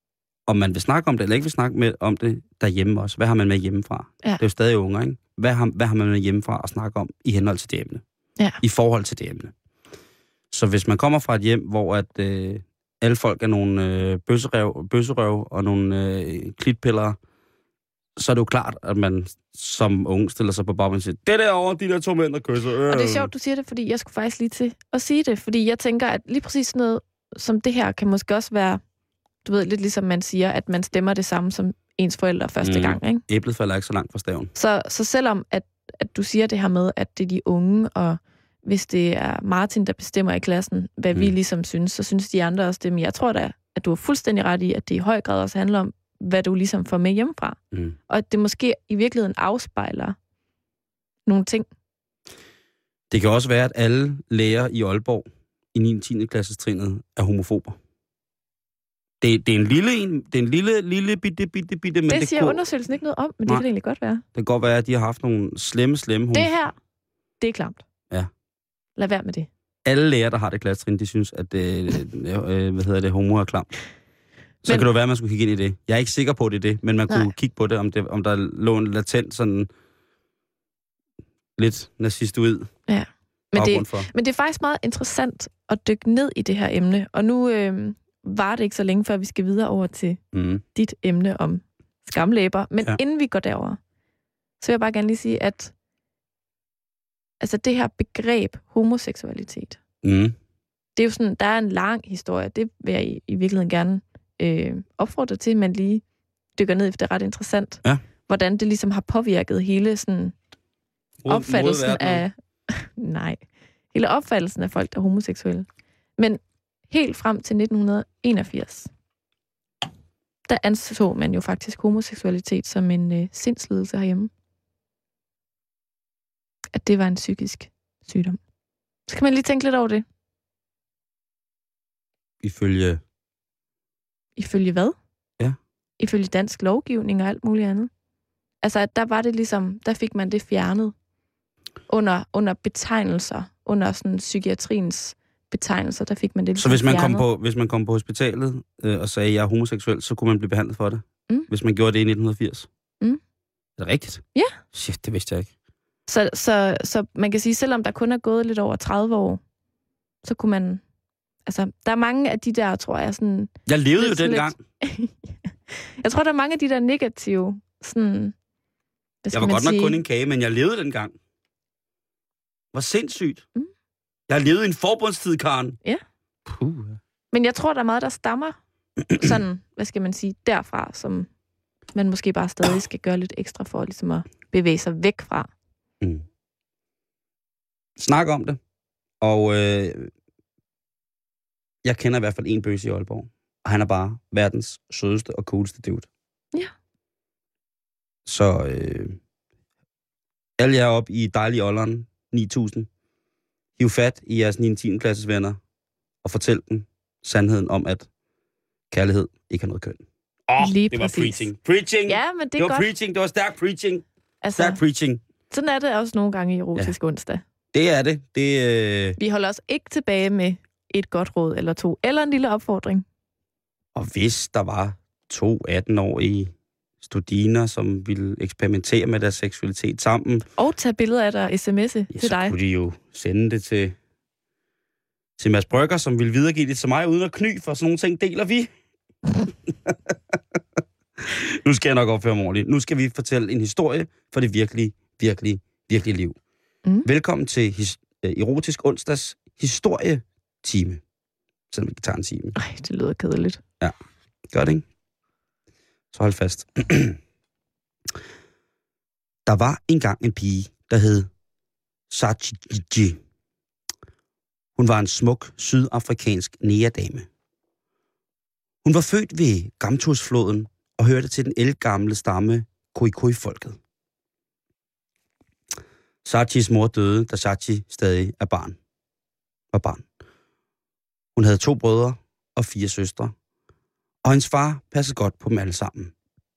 om man vil snakke om det, eller ikke vil snakke om det derhjemme også. Hvad har man med hjemmefra? Ja. Det er jo stadig unger, ikke? Hvad har man med hjemmefra at snakke om i henhold til det emne? Ja. I forhold til det emne. Så hvis man kommer fra et hjem, hvor at, alle folk er nogle bøsserøv og nogle klitpillere, så er det jo klart, at man som ung stiller sig på bagen og siger, det derovre, de der 2 mænd, der kysser. Og det er sjovt, du siger det, fordi jeg skulle faktisk lige til at sige det, fordi jeg tænker, at lige præcis noget som det her kan måske også være, du ved, lidt ligesom man siger, at man stemmer det samme som ens forældre første gang, ikke? Æblet falder ikke så langt fra staven. Så selvom at du siger det her med, at det er de unge, og hvis det er Martin, der bestemmer i klassen, hvad vi ligesom synes, så synes de andre også det. Men jeg tror da, at du er fuldstændig ret i, at det i høj grad også handler om, hvad du ligesom får med hjemmefra. Og at det måske i virkeligheden afspejler nogle ting. Det kan også være, at alle lærere i Aalborg i 9. og 10. klassestrinet er homofober. Det er en lille bitte, men det siger undersøgelsen ikke noget om, men det kan det egentlig godt være. Det kan godt være, at de har haft nogle slemme homofober. Det her, det er klamt. Ja. Lad være med det. Alle lærere, der har det klassetrin, de synes, at homo er klamt. Så kan det være, at man skulle kigge ind i det. Jeg er ikke sikker på, det er det, men man kunne kigge på det, om der lå en latent sådan lidt nazistoid. Ja, men det er faktisk meget interessant at dykke ned i det her emne. Og nu var det ikke så længe, før vi skal videre over til dit emne om skamlæber. Men inden vi går derover, så vil jeg bare gerne lige sige, at altså det her begreb homoseksualitet, det er jo sådan, der er en lang historie. Det vil jeg i virkeligheden gerne opfordre til, men lige dykker ned, for det er ret interessant, hvordan det ligesom har påvirket hele sådan opfattelsen af hele opfattelsen af folk, der er homoseksuelle. Men helt frem til 1981, der anså man jo faktisk homoseksualitet som en sindslidelse herhjemme. At det var en psykisk sygdom. Så kan man lige tænke lidt over det. Ifølge hvad? Ja. Ifølge dansk lovgivning og alt muligt andet. Altså, at der var det ligesom, der fik man det fjernet under betegnelser, under sådan psykiatriens betegnelser, der fik man det ligesom så hvis man kom på hospitalet og sagde, jeg er homoseksuel, så kunne man blive behandlet for det? Hvis man gjorde det i 1980? Er det rigtigt? Ja. Shit, det vidste jeg ikke. Så man kan sige, selvom der kun er gået lidt over 30 år, så kunne man... Altså, der er mange af de der, tror jeg, sådan... Jeg levede jo dengang. Jeg tror, der er mange af de der negative, sådan... Jeg var godt nok kun en kage, men jeg levede dengang. Hvor sindssygt. Jeg levede i en forbundstid, Karen. Ja. Men jeg tror, der er meget, der stammer sådan, hvad skal man sige, derfra, som man måske bare stadig skal gøre lidt ekstra for, ligesom at bevæge sig væk fra. Snak om det. Og jeg kender i hvert fald en bøsse i Aalborg. Og han er bare verdens sødeste og cooleste dude. Ja. Så alle jer op i dejlige ålderen, 9000, hiv fat i jeres 9. og 10. klasses venner og fortæl dem sandheden om, at kærlighed ikke har noget køn. Det var preaching. Ja, men det var godt. Preaching. Det var stærk preaching. Altså, stærk preaching. Sådan er det også nogle gange i Erotisk onsdag. Det er det. Vi holder os ikke tilbage med et godt råd eller to, eller en lille opfordring. Og hvis der var 2 18-årige studiner, som ville eksperimentere med deres seksualitet sammen... Og tage billeder af dig og sms'e til dig. Så kunne de jo sende det til Mads Brygger, som ville videregive det til mig uden at kny, for sådan nogle ting deler vi. Nu skal jeg nok opføre mig ordentligt. Nu skal vi fortælle en historie for det virkelig liv. Velkommen til Erotisk onsdags historietime. Selvom vi ikke tager en time. Ej, det lyder kedeligt. Ja, gør det, ikke? Så hold fast. Der var engang en pige, der hed Saatchi. Hun var en smuk sydafrikansk negerdame. Hun var født ved Gamtusfloden og hørte til den ældgamle stamme Khoikhoi-folket. Saatchis mor døde, da Saatchi stadig var barn. Hun havde 2 brødre og 4 søstre, og hendes far passede godt på dem alle sammen.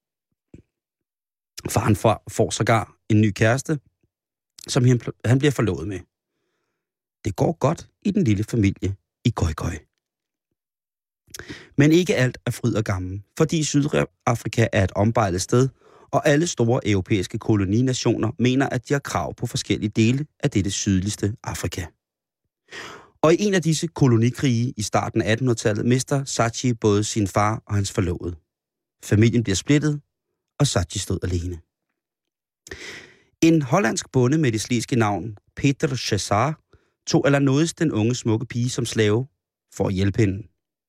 Faren får sågar en ny kæreste, som han bliver forlovet med. Det går godt i den lille familie i Khoikhoi. Men ikke alt er fryd og gammel, fordi Sydafrika er et ombejlet sted, og alle store europæiske koloninationer mener, at de har krav på forskellige dele af dette sydligste Afrika. Og i en af disse kolonikrige i starten af 1800-tallet mister Saatchi både sin far og hans forlovede. Familien bliver splittet, og Saatchi stod alene. En hollandsk bonde med det slesvigske navn Peter Cesar tog allernådigst den unge smukke pige som slave for at hjælpe hende.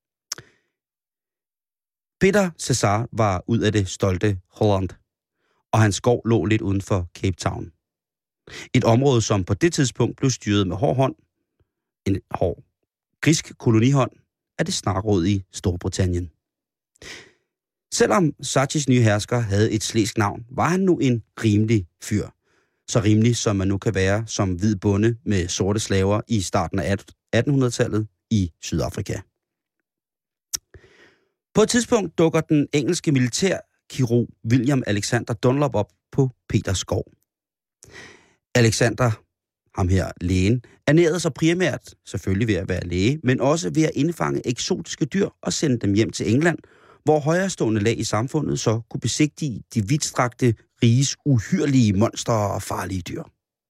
Peter Cesar var ud af det stolte Holland, og hans gård lå lidt uden for Cape Town. Et område, som på det tidspunkt blev styret med hård hånd, en hård grisk kolonihånd, af det snarrådige Storbritannien. Selvom Saatchis nye hersker havde et slæsk navn, var han nu en rimelig fyr. Så rimelig, som man nu kan være som hvid bonde med sorte slaver i starten af 1800-tallet i Sydafrika. På et tidspunkt dukker den engelske militærkirurg William Alexander Dunlop op på Peters gård. Alexander, ham her lægen, ernærede sig primært selvfølgelig ved at være læge, men også ved at indfange eksotiske dyr og sende dem hjem til England, hvor højrestående lag i samfundet så kunne besigtige de vidtstrakte riges uhyrlige monstre og farlige dyr.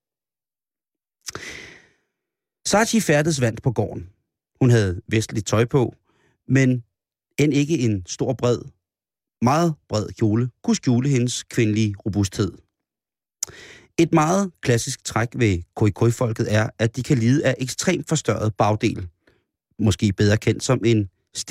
Saatchi færdedes vandt på gården. Hun havde vestligt tøj på, men end ikke en stor meget bred kjole kunne skjule hendes kvindelige robusthed. Et meget klassisk træk ved Khoi-Khoi-folket er, at de kan lide af ekstremt forstørret bagdel, måske bedre kendt som en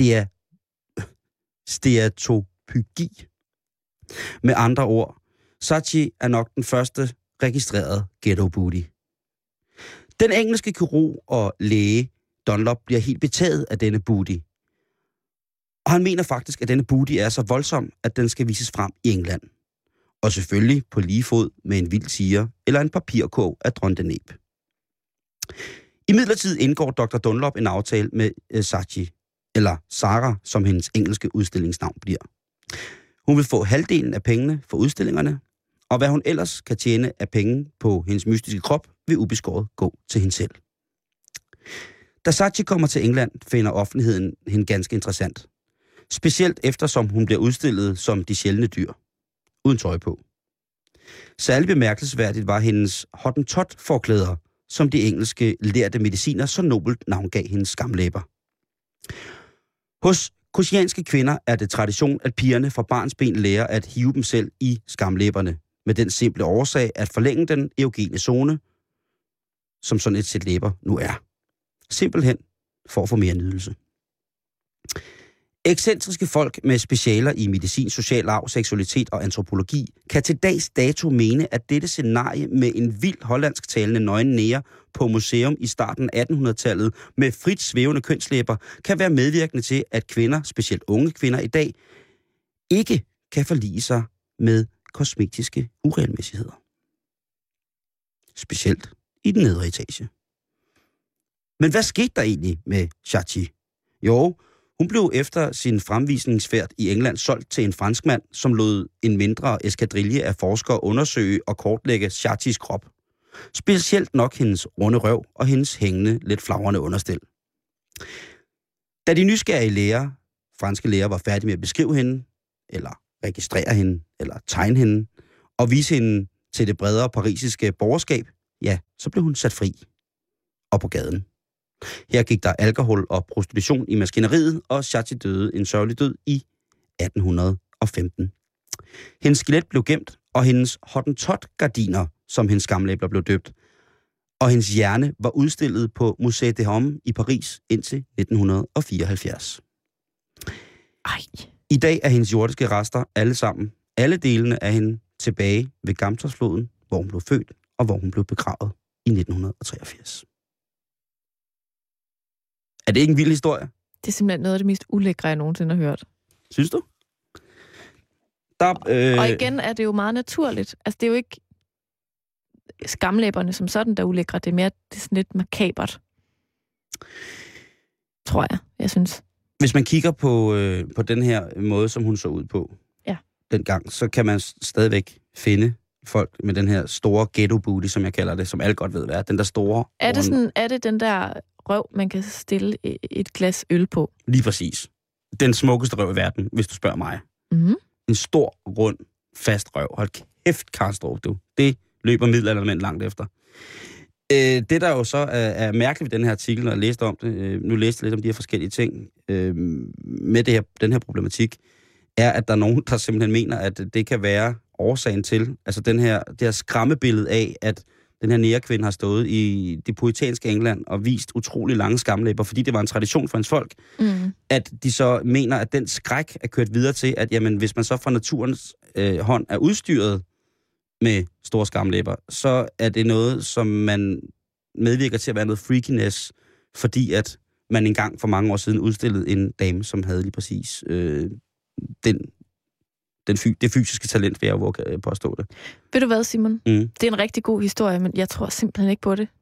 steatopygi. Med andre ord, Saatchi er nok den første registrerede ghetto booty. Den engelske kirurg og læge Dunlop bliver helt betaget af denne booty. Og han mener faktisk, at denne booty er så voldsom, at den skal vises frem i England. Og selvfølgelig på lige fod med en vild tiger eller en papirkog af drontenæb. Imidlertid indgår Dr. Dunlop en aftale med Saatchi, eller Sarah, som hendes engelske udstillingsnavn bliver. Hun vil få halvdelen af pengene for udstillingerne, og hvad hun ellers kan tjene af penge på hendes mystiske krop, vil ubeskåret gå til hende selv. Da Saatchi kommer til England, finder offentligheden hende ganske interessant. Specielt eftersom hun bliver udstillet som de sjældne dyr, uden tøj på. Særligt bemærkelsesværdigt var hendes hottentot-forklæder, som de engelske lærte mediciner så nobelt navngav hendes skamlæber. Hos koshianske kvinder er det tradition, at pigerne fra barnsben lærer at hive dem selv i skamlæberne, med den simple årsag at forlænge den erogene zone, som sådan et sæt læber nu er. Simpelthen for at få mere nydelse. Ekscentriske folk med specialer i medicin, social arv, seksualitet og antropologi kan til dags dato mene, at dette scenarie med en vild hollandsktalende nøgen nære på museum i starten af 1800-tallet med frit svævende kønslæber kan være medvirkende til, at kvinder, specielt unge kvinder i dag, ikke kan forlige sig med kosmetiske uregelmæssigheder. Specielt i den nedre etage. Men hvad skete der egentlig med Saatchi? Jo, hun blev efter sin fremvisningsfærd i England solgt til en franskmand, som lod en mindre eskadrille af forskere undersøge og kortlægge Saatchis krop. Specielt nok hendes runde røv og hendes hængende, lidt flagrende understel. Da de nysgerrige franske læger var færdige med at beskrive hende, eller registrere hende, eller tegne hende, og vise hende til det bredere parisiske borgerskab, ja, så blev hun sat fri. Og på gaden. Her gik der alkohol og prostitution i maskineriet, og Saatchi døde en sørgelig død i 1815. Hendes skelet blev gemt, og hendes hottentot-gardiner, som hendes skamlæber blev døbt, og hendes hjerne var udstillet på Musée des Hommes i Paris indtil 1974. Ej. I dag er hendes jordiske rester alle delene af hende tilbage ved Gamtosfloden, hvor hun blev født, og hvor hun blev begravet i 1983. Er det ikke en vild historie? Det er simpelthen noget af det mest ulækre, jeg nogensinde har hørt. Synes du? Og igen er det jo meget naturligt. Altså, det er jo ikke skamlæberne som sådan, der er ulækre. Det er mere det er sådan lidt makabert. Tror jeg synes. Hvis man kigger på den her måde, som hun så ud på dengang, så kan man stadigvæk finde folk med den her store ghetto booty, som jeg kalder det, som alle godt ved, hvad er. Den der store... Er det den der røv, man kan stille et glas øl på? Lige præcis. den smukkeste røv i verden, hvis du spørger mig. Mm-hmm. En stor, rund, fast røv. Hold kæft, Karlstrup, du. Det løber middelaldermænd langt efter. Det, der jo så er mærkeligt ved den her artikel, når jeg læste om det, nu læste jeg lidt om de her forskellige ting, med den her problematik, er, at der er nogen, der simpelthen mener, at det kan være årsagen til, altså det her skræmmebillede af, at den her nærekvinde har stået i det puritanske England og vist utrolig lange skamlæber, fordi det var en tradition for hans folk, at de så mener, at den skræk er kørt videre til, at jamen, hvis man så fra naturens hånd er udstyret med store skamlæber, så er det noget, som man medvirker til at være noget freakiness, fordi at man engang for mange år siden udstillede en dame, som havde lige præcis det fysiske talent, vil jeg jo påstå det. Ved du hvad, Simon? Det er en rigtig god historie, men jeg tror simpelthen ikke på det.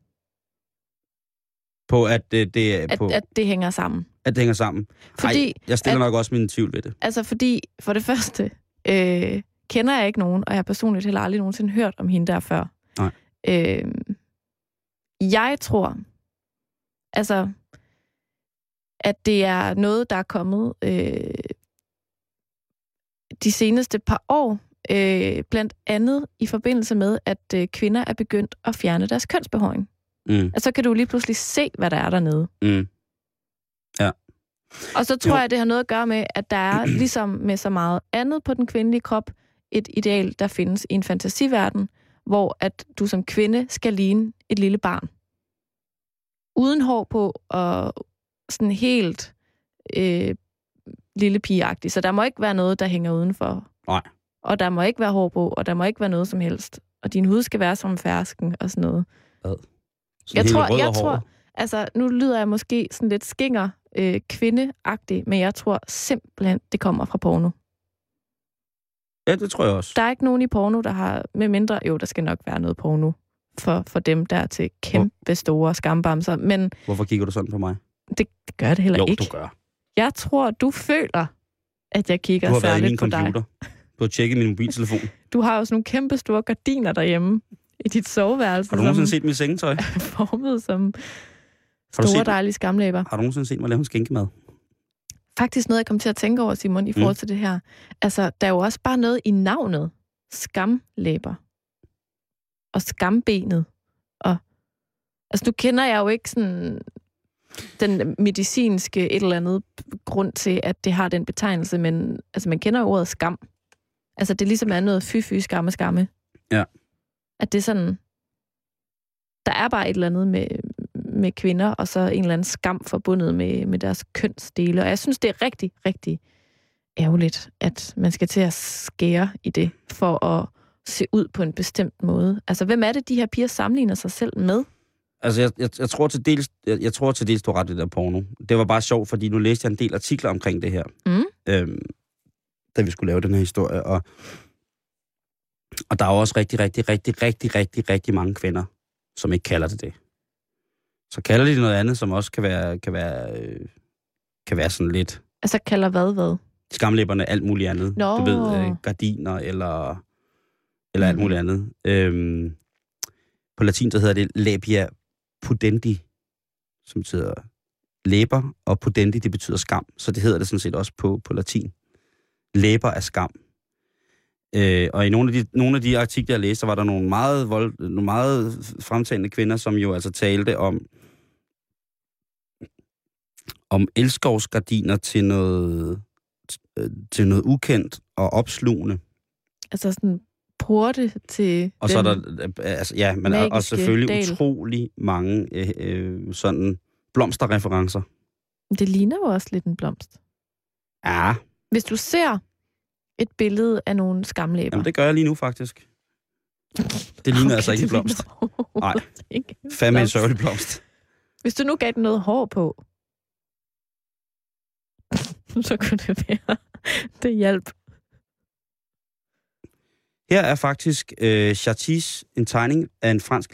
På at at det hænger sammen. At det hænger sammen? Fordi, jeg stiller nok også min tvivl ved det. Altså fordi, for det første, kender jeg ikke nogen, og jeg har personligt heller aldrig nogensinde hørt om hende der før. Nej. Jeg tror, altså, at det er noget, der er kommet de seneste par år, blandt andet i forbindelse med, at kvinder er begyndt at fjerne deres kønsbehåring. Og så kan du lige pludselig se, hvad der er dernede. Ja. Og så tror jeg, det har noget at gøre med, at der er, ligesom med så meget andet på den kvindelige krop, et ideal, der findes i en fantasiverden, hvor at du som kvinde skal ligne et lille barn. Uden hår på og sådan helt lille pigeagtigt. Så der må ikke være noget, der hænger udenfor. Nej. Og der må ikke være hår på, og der må ikke være noget som helst. Og din hud skal være som fersken og sådan noget. Jeg tror, altså nu lyder jeg måske sådan lidt skinger kvindeagtig, men jeg tror simpelthen, det kommer fra porno. Ja, det tror jeg også. Der er ikke nogen i porno, der har, med mindre, jo, der skal nok være noget porno for dem, der er til kæmpe store skambamser, men... Hvorfor kigger du sådan på mig? Det gør det heller ikke. Jo, du gør. Jeg tror, du føler, at jeg kigger særligt på dig. Du har været i min computer. Du har tjekket min mobiltelefon. Du har jo sådan nogle kæmpe store gardiner derhjemme i dit soveværelse. Har du nogensinde set mit sengetøj? Formet som store, dejlige skamlæber. Har du nogensinde set mig lave en skinkemad? Faktisk noget, jeg kom til at tænke over, Simon, i forhold til det her. Altså, der er jo også bare noget i navnet. Skamlæber. Og skambenet. Og, altså, du kender jeg jo ikke sådan den medicinske et eller andet grund til, at det har den betegnelse, men altså, man kender jo ordet skam. Altså, det ligesom er noget fy, skamme. Ja. At det er sådan, der er bare et eller andet med kvinder, og så en eller anden skam forbundet med deres kønsdele. Og jeg synes, det er rigtig, rigtig ærgerligt, at man skal til at skære i det, for at se ud på en bestemt måde. Altså, hvem er det, de her piger sammenligner sig selv med? Altså, jeg tror til dels, du har ret i det der porno. Det var bare sjovt, fordi nu læste jeg en del artikler omkring det her, da vi skulle lave den her historie. Og der er jo også rigtig mange kvinder, som ikke kalder det. Så kalder de noget andet, som også kan være sådan lidt... Altså kalder hvad? Skamlæberne, alt muligt andet. Du ved, gardiner eller alt muligt andet. På latin, så hedder det labia pudendi, som betyder læber, og pudendi, det betyder skam. Så det hedder det sådan set også på latin. Læber er skam. Og i nogle af de artikler, jeg læste, var der nogle meget fremtagende kvinder, som jo altså talte om elskovsgardiner til noget ukendt og opslugende. Altså sådan porte til og så er der, men og selvfølgelig utrolig mange sådan blomsterreferencer. Det ligner jo også lidt en blomst. Ja. Hvis du ser et billede af nogle skamlæber. Jamen, det gør jeg lige nu, faktisk. Det ligner altså ikke en blomst. Nej, fandme en sørgelig blomst. Hvis du nu gav den noget hår på, så kunne det være, det hjælp. Her er faktisk Chatis, en tegning af en fransk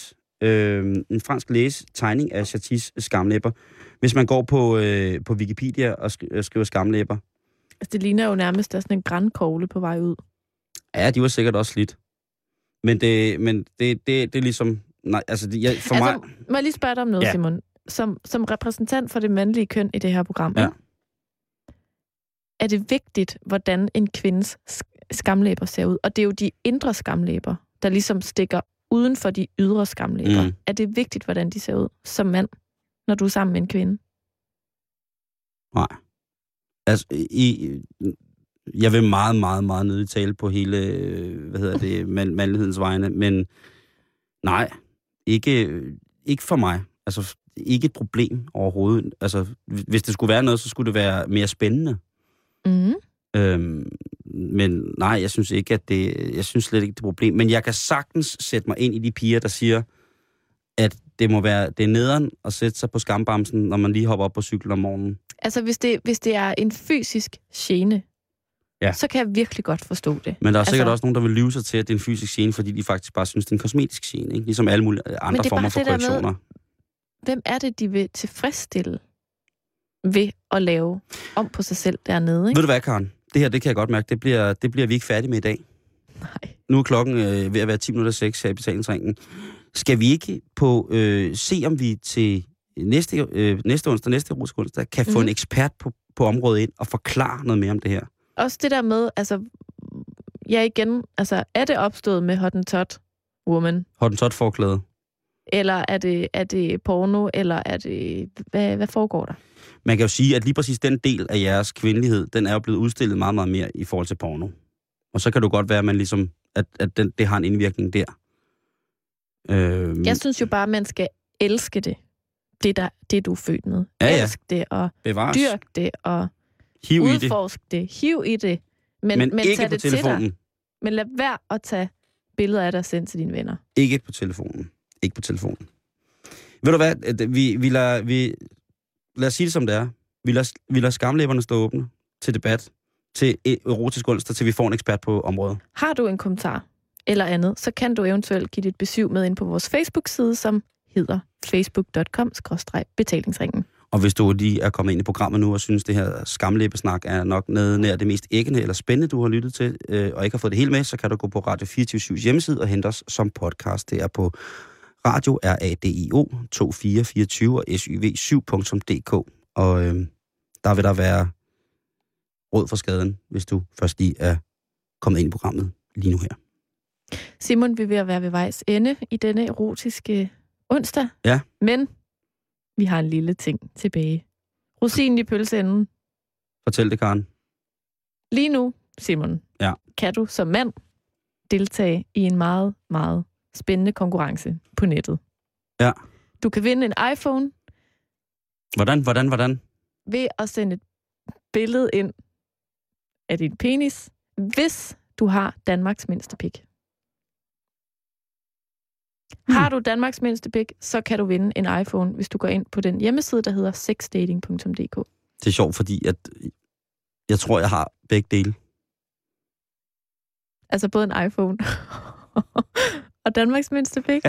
læges tegning af Chatis skamlæber. Hvis man går på Wikipedia og skriver skamlæber. Altså, det ligner jo nærmest sådan en brandkogle på vej ud. Ja, de var sikkert også slidt. Men det er ligesom... Nej, altså, for mig... Må jeg lige spørge dig om noget, Simon? Som repræsentant for det mandlige køn i det her program, er det vigtigt, hvordan en kvindes skamlæber ser ud. Og det er jo de indre skamlæber, der ligesom stikker uden for de ydre skamlæber. Mm. Er det vigtigt, hvordan de ser ud som mand, når du er sammen med en kvinde? Nej. Altså, jeg vil meget, meget, meget nødigt tale på hele, mandlighedens vegne, men nej, ikke for mig. Altså, ikke et problem overhovedet. Altså, hvis det skulle være noget, så skulle det være mere spændende. Mm. Men nej, jeg synes ikke, jeg synes slet ikke, det er et problem. Men jeg kan sagtens sætte mig ind i de piger, der siger, at det er nederen at sætte sig på skambamsen, når man lige hopper op på cyklen om morgenen. Altså, hvis det er en fysisk gene, så kan jeg virkelig godt forstå det. Men der er sikkert også nogen, der vil lyve sig til, at det er en fysisk gene, fordi de faktisk bare synes, det er en kosmetisk gene, ikke? Ligesom alle mulige andre former for korrektioner. Hvem er det, de vil tilfredsstille ved at lave om på sig selv dernede, ikke? Ved du hvad, Karen? Det her, det kan jeg godt mærke, det bliver vi ikke færdige med i dag. Nej. Nu er klokken ved at være 10:06 her i betalingsringen. Skal vi ikke se, om vi til næste erotisk onsdag, kan få en ekspert på området ind og forklare noget mere om det her? Også det der med, altså, er det opstået med Hottentot woman? Hottentot forklæde. Eller er det porno, eller er det... Hvad foregår der? Man kan jo sige, at lige præcis den del af jeres kvindelighed, den er jo blevet udstillet meget, meget mere i forhold til porno. Og så kan det godt være, at man ligesom, det har en indvirkning der. Jeg synes jo bare, at man skal elske det. Det du er født med. Ja. Elsk det, og dyrk det, og udforsk det. Hiv i det. Men ikke tag på det telefonen. til dig. Men lad være at tage billeder af dig og sende til dine venner. Ikke på telefonen. Ikke på telefonen. Ved du hvad? Lad os sige det som det er. Vi lader skamlæberne stå åbne til debat, til erotisk onsdag, til vi får en ekspert på området. Har du en kommentar eller andet, så kan du eventuelt give dit besøg med ind på vores Facebook-side, som hedder facebook.com/betalingsringen. Og hvis du lige er kommet ind i programmet nu og synes, det her skamlæbesnak er nok nær det mest æggende eller spændende, du har lyttet til, og ikke har fået det hele med, så kan du gå på Radio 24/7's hjemmeside og hente os som podcast. Det er på radio, RADIO 2424 og syv.dk. Og der vil der være råd for skaden, hvis du først lige er kommet ind i programmet lige nu her. Simon, vi er ved at være ved vejs ende i denne erotiske onsdag. Ja. Men vi har en lille ting tilbage. Rosinen i pølseenden. Fortæl det, Karen. Lige nu, Simon, kan du som mand deltage i en meget, meget spændende konkurrence på nettet. Ja. Du kan vinde en iPhone. Hvordan? Ved at sende et billede ind af din penis, hvis du har Danmarks mindste pik. Har du Danmarks mindste pik, så kan du vinde en iPhone, hvis du går ind på den hjemmeside, der hedder sexdating.dk. Det er sjovt, fordi jeg tror, jeg har begge dele. Altså både en iPhone og Danmarks mindste pik.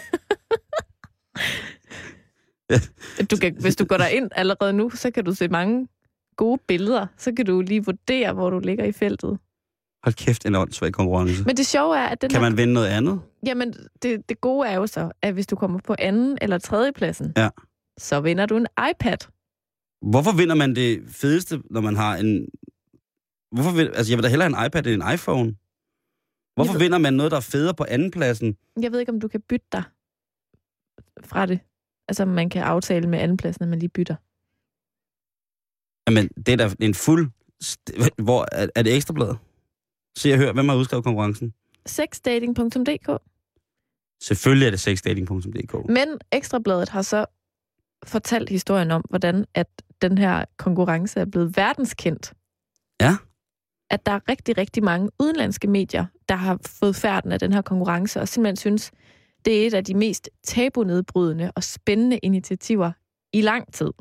Hvis du går derind allerede nu, så kan du se mange gode billeder. Så kan du lige vurdere, hvor du ligger i feltet. Hold kæft, en åndssvag konkurrence. Men det sjove er, at kan man vinde noget andet? Jamen, det gode er jo så, at hvis du kommer på anden eller tredje pladsen, så vinder du en iPad. Hvorfor vinder man det fedeste, når man har en... jeg vil da hellere have en iPad end en iPhone. Hvorfor vinder man noget, der er federe på anden pladsen? Jeg ved ikke, om du kan bytte dig fra det. Altså, man kan aftale med anden pladsen, at man lige bytter. Jamen, det er da en fuld... Hvor er det Ekstrabladet? Se og hør, hvem har udskrevet konkurrencen? Sexdating.dk. Selvfølgelig er det sexdating.dk. Men Ekstrabladet har så fortalt historien om, hvordan at den her konkurrence er blevet verdenskendt. Ja. At der er rigtig, rigtig mange udenlandske medier, der har fået færden af den her konkurrence, og simpelthen synes, det er et af de mest tabunedbrydende og spændende initiativer i lang tid.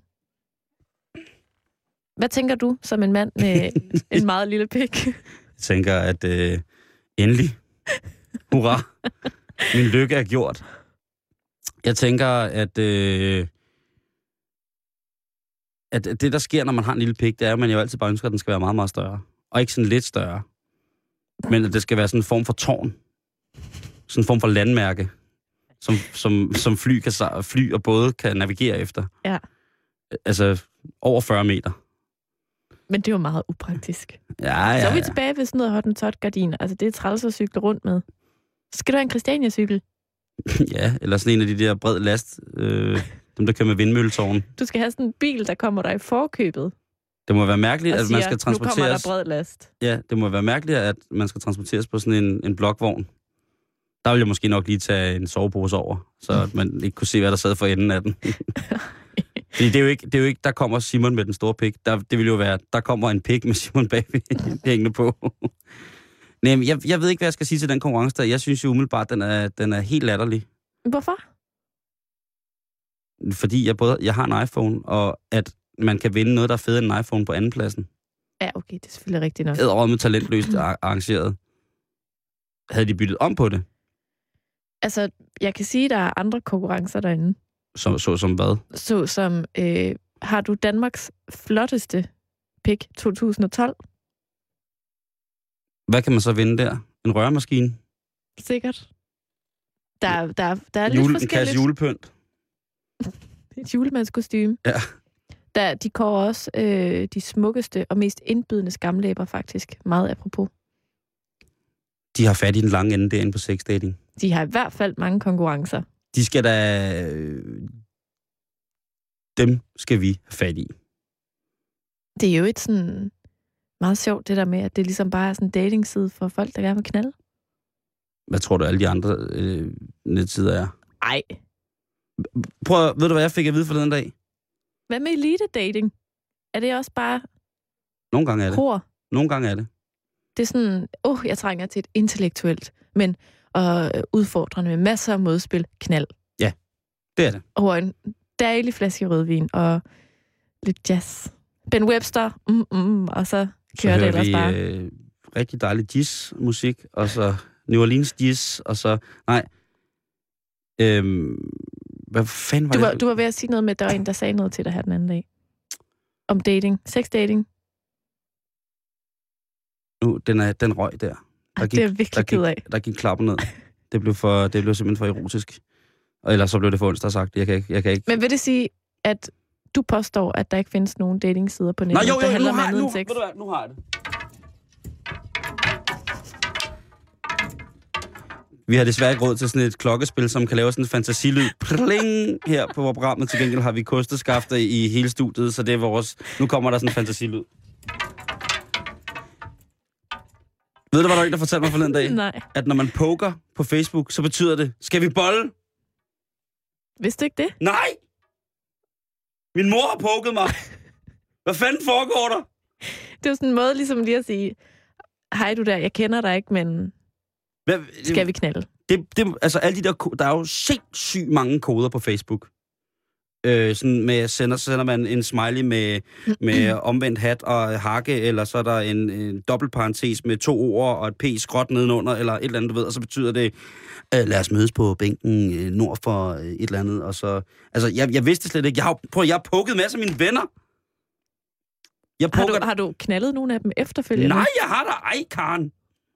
Hvad tænker du som en mand med en meget lille pik? Jeg tænker, at endelig, hurra, min lykke er gjort. Jeg tænker, at det, der sker, når man har en lille pik, det er, at man jo altid bare ønsker, at den skal være meget, meget større. Og ikke sådan lidt større. Men at det skal være sådan en form for tårn. Sådan en form for landmærke, som fly og både kan navigere efter. Ja. Altså over 40 meter. Men det er jo meget upraktisk. Ja. Så er vi tilbage ved sådan noget hottentot-gardiner. Altså, det er træls at cykle rundt med. Skal du have en Christiania-cykel? Ja, eller sådan en af de der bred last, dem der kører med vindmølletårn. Du skal have sådan en bil, der kommer dig i forkøbet. Det må være mærkeligt, at man skal transporteres... nu kommer der bred last. Ja, det må være mærkeligt, at man skal transporteres på sådan en blokvogn. Der vil jeg måske nok lige tage en sovepose over, så at man ikke kunne se, hvad der sad for enden af den. Fordi det er jo ikke, der kommer Simon med den store pik. Det vil jo være, der kommer en pik med Simon bagved hængende på. Nej, jeg ved ikke, hvad jeg skal sige til den konkurrence der. Jeg synes jo umiddelbart, den er helt latterlig. Hvorfor? Fordi jeg har en iPhone, og at man kan vinde noget, der er federe end en iPhone på andenpladsen. Ja, okay, det er selvfølgelig rigtigt nok. Æderrømme talentløst arrangeret. Havde de byttet om på det? Altså, jeg kan sige, at der er andre konkurrencer derinde. Som hvad? Som har du Danmarks flotteste pik 2012? Hvad kan man så vinde der? En røremaskine? Sikkert. Der er lidt forskelligt. En kasse julepynt? Et julemandskostyme. Ja. De kårer også de smukkeste og mest indbydende skamlæber, faktisk. Meget apropos. De har fat i den lange ende derinde på sexdating. De har i hvert fald mange konkurrencer. De skal da... Dem skal vi have fat i. Det er jo et sådan meget sjovt, det der med, at det ligesom bare er sådan en datingside for folk, der gerne vil knalde. Hvad tror du, alle de andre netsider er? Ej. Ved du, hvad jeg fik at vide forleden dag? Hvad med elite dating? Er det også bare... Nogle gange er det. Hår? Nogle gange er det. Det er sådan, jeg trænger til et intellektuelt, men udfordrende med masser af modspil, knald. Ja, det er det. Og en dejlig flaske rødvin og lidt jazz. Ben Webster, og så kører det ellers bare. Rigtig dejlig jazz-musik, og så New Orleans jazz, og så... Nej. Hvad fanden var det? Du var ved at sige noget med, at der var en, der sagde noget til dig her den anden dag. Om dating. Sex-dating. Nu, den røg der. Det er virkelig ked af. Der gik klappen ned. Det blev simpelthen for erotisk. Og ellers så blev det for onsdag sagt. Jeg kan ikke. Men vil det sige, at du påstår, at der ikke findes nogen datingsider på nettet, der handler om andet end sex? Nu har jeg det. Vi har desværre ikke råd til sådan et klokkespil, som kan lave sådan en fantasilyd. Pling! Her på vores program. Til gengæld har vi kosteskafter i hele studiet, så det er vores... Nu kommer der sådan en fantasilyd. Ved du, hvad der er en, der fortalte mig forleden dag? Nej. At når man poker på Facebook, så betyder det, skal vi bolle? Vidste du ikke det? Nej! Min mor har poket mig. Hvad fanden foregår der? Det er jo sådan en måde ligesom lige at sige, hej du der, jeg kender dig ikke, men skal vi knalde? Altså alle de der er jo sindssygt mange koder på Facebook. Sådan med, sender man en smiley med omvendt hat og hakke, eller så er der en dobbeltparentes med 2 ord og et p skråt nedenunder, eller et eller andet, du ved, og så betyder det, lad os mødes på bænken nord for et eller andet, og så... Altså, jeg vidste slet ikke. Jeg har pukket masser af mine venner. Har du knaldet nogle af dem efterfølgende? Nej, jeg har da ej, Karen.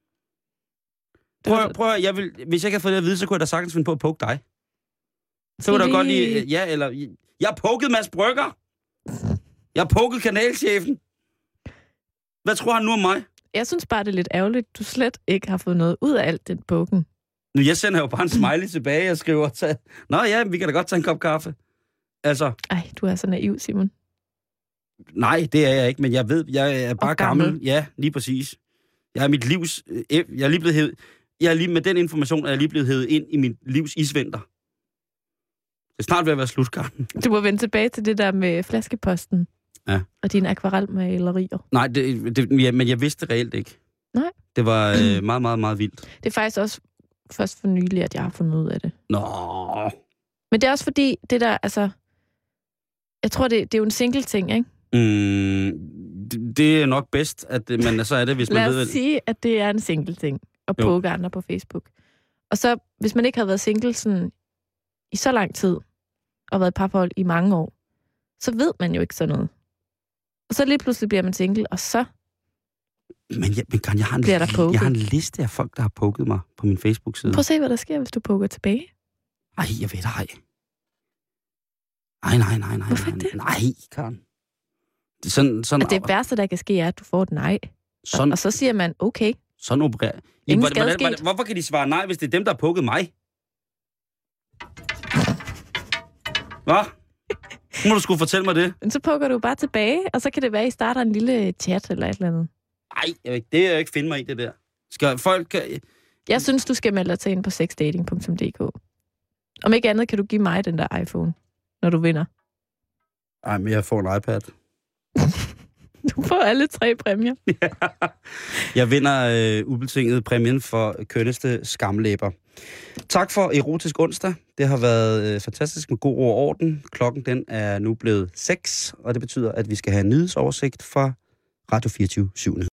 Prøv hvis jeg ikke havde fået det at vide, så kunne jeg da sagtens finde på at pukke dig. Så kunne du godt lige... Ja, eller... Jeg har pukket Mads Brygger. Jeg har pukket kanalchefen. Hvad tror han nu om mig? Jeg synes bare, det er lidt ærgerligt, du slet ikke har fået noget ud af alt den pukken. Nu, jeg sender jo bare en smiley tilbage og skriver... Nå ja, vi kan da godt tage en kop kaffe. Altså... Ej, du er så naiv, Simon. Nej, det er jeg ikke, men jeg ved, jeg er bare gammel. Ja, lige præcis. Jeg er mit livs... Jeg er lige blevet hævet... med den information er jeg lige blevet hævet ind i mit livs isvinter. Det er snart ved at være slut, Karen. Du må vende tilbage til det der med flaskeposten. Ja. Og dine akvarelmalerier. Nej, men jeg vidste det reelt ikke. Nej. Det var meget, meget, meget vildt. Det er faktisk også først for nylig, at jeg har fundet ud af det. Nå. Men det er også fordi, det der, altså... Jeg tror, det er jo en single ting, ikke? Det er nok bedst, at man så er det, hvis man ved... Lad os sige, at det er en single ting. Og poke andre på Facebook. Og så, hvis man ikke har været single sådan i så lang tid, og været i parforhold i mange år, så ved man jo ikke sådan noget. Og så lige pludselig bliver man single, og så Men Karen, jeg har en liste af folk, der har poket mig på min Facebook-side. Prøv at se, hvad der sker, hvis du poker tilbage. Ej, jeg ved det ej. Nej. Hvorfor ikke det? Nej, Karen. Sådan, Og det værste, der kan ske, er, at du får et nej. sådan, Og så siger man, okay, sådan opererer. Ingen skade sket. Hvorfor kan de svare nej, hvis det er dem, der har pukket mig? Hvad? Nu må du sgu fortælle mig det. men så pukker du bare tilbage, og så kan det være, at I starter en lille chat eller et eller andet. Nej, det er jeg ikke finde mig i, det der. Skal folk... Jeg synes, du skal melde dig til ind på sexdating.dk. Om ikke andet, kan du give mig den der iPhone, når du vinder. Ej, men jeg får en iPad. Du får alle 3 præmier. Jeg vinder ubetinget præmien for kønneste skamlæber. Tak for Erotisk Onsdag. Det har været fantastisk med god ro og orden. Klokken den er nu blevet 6, og det betyder, at vi skal have en nyhedsoversigt fra Radio 24/7.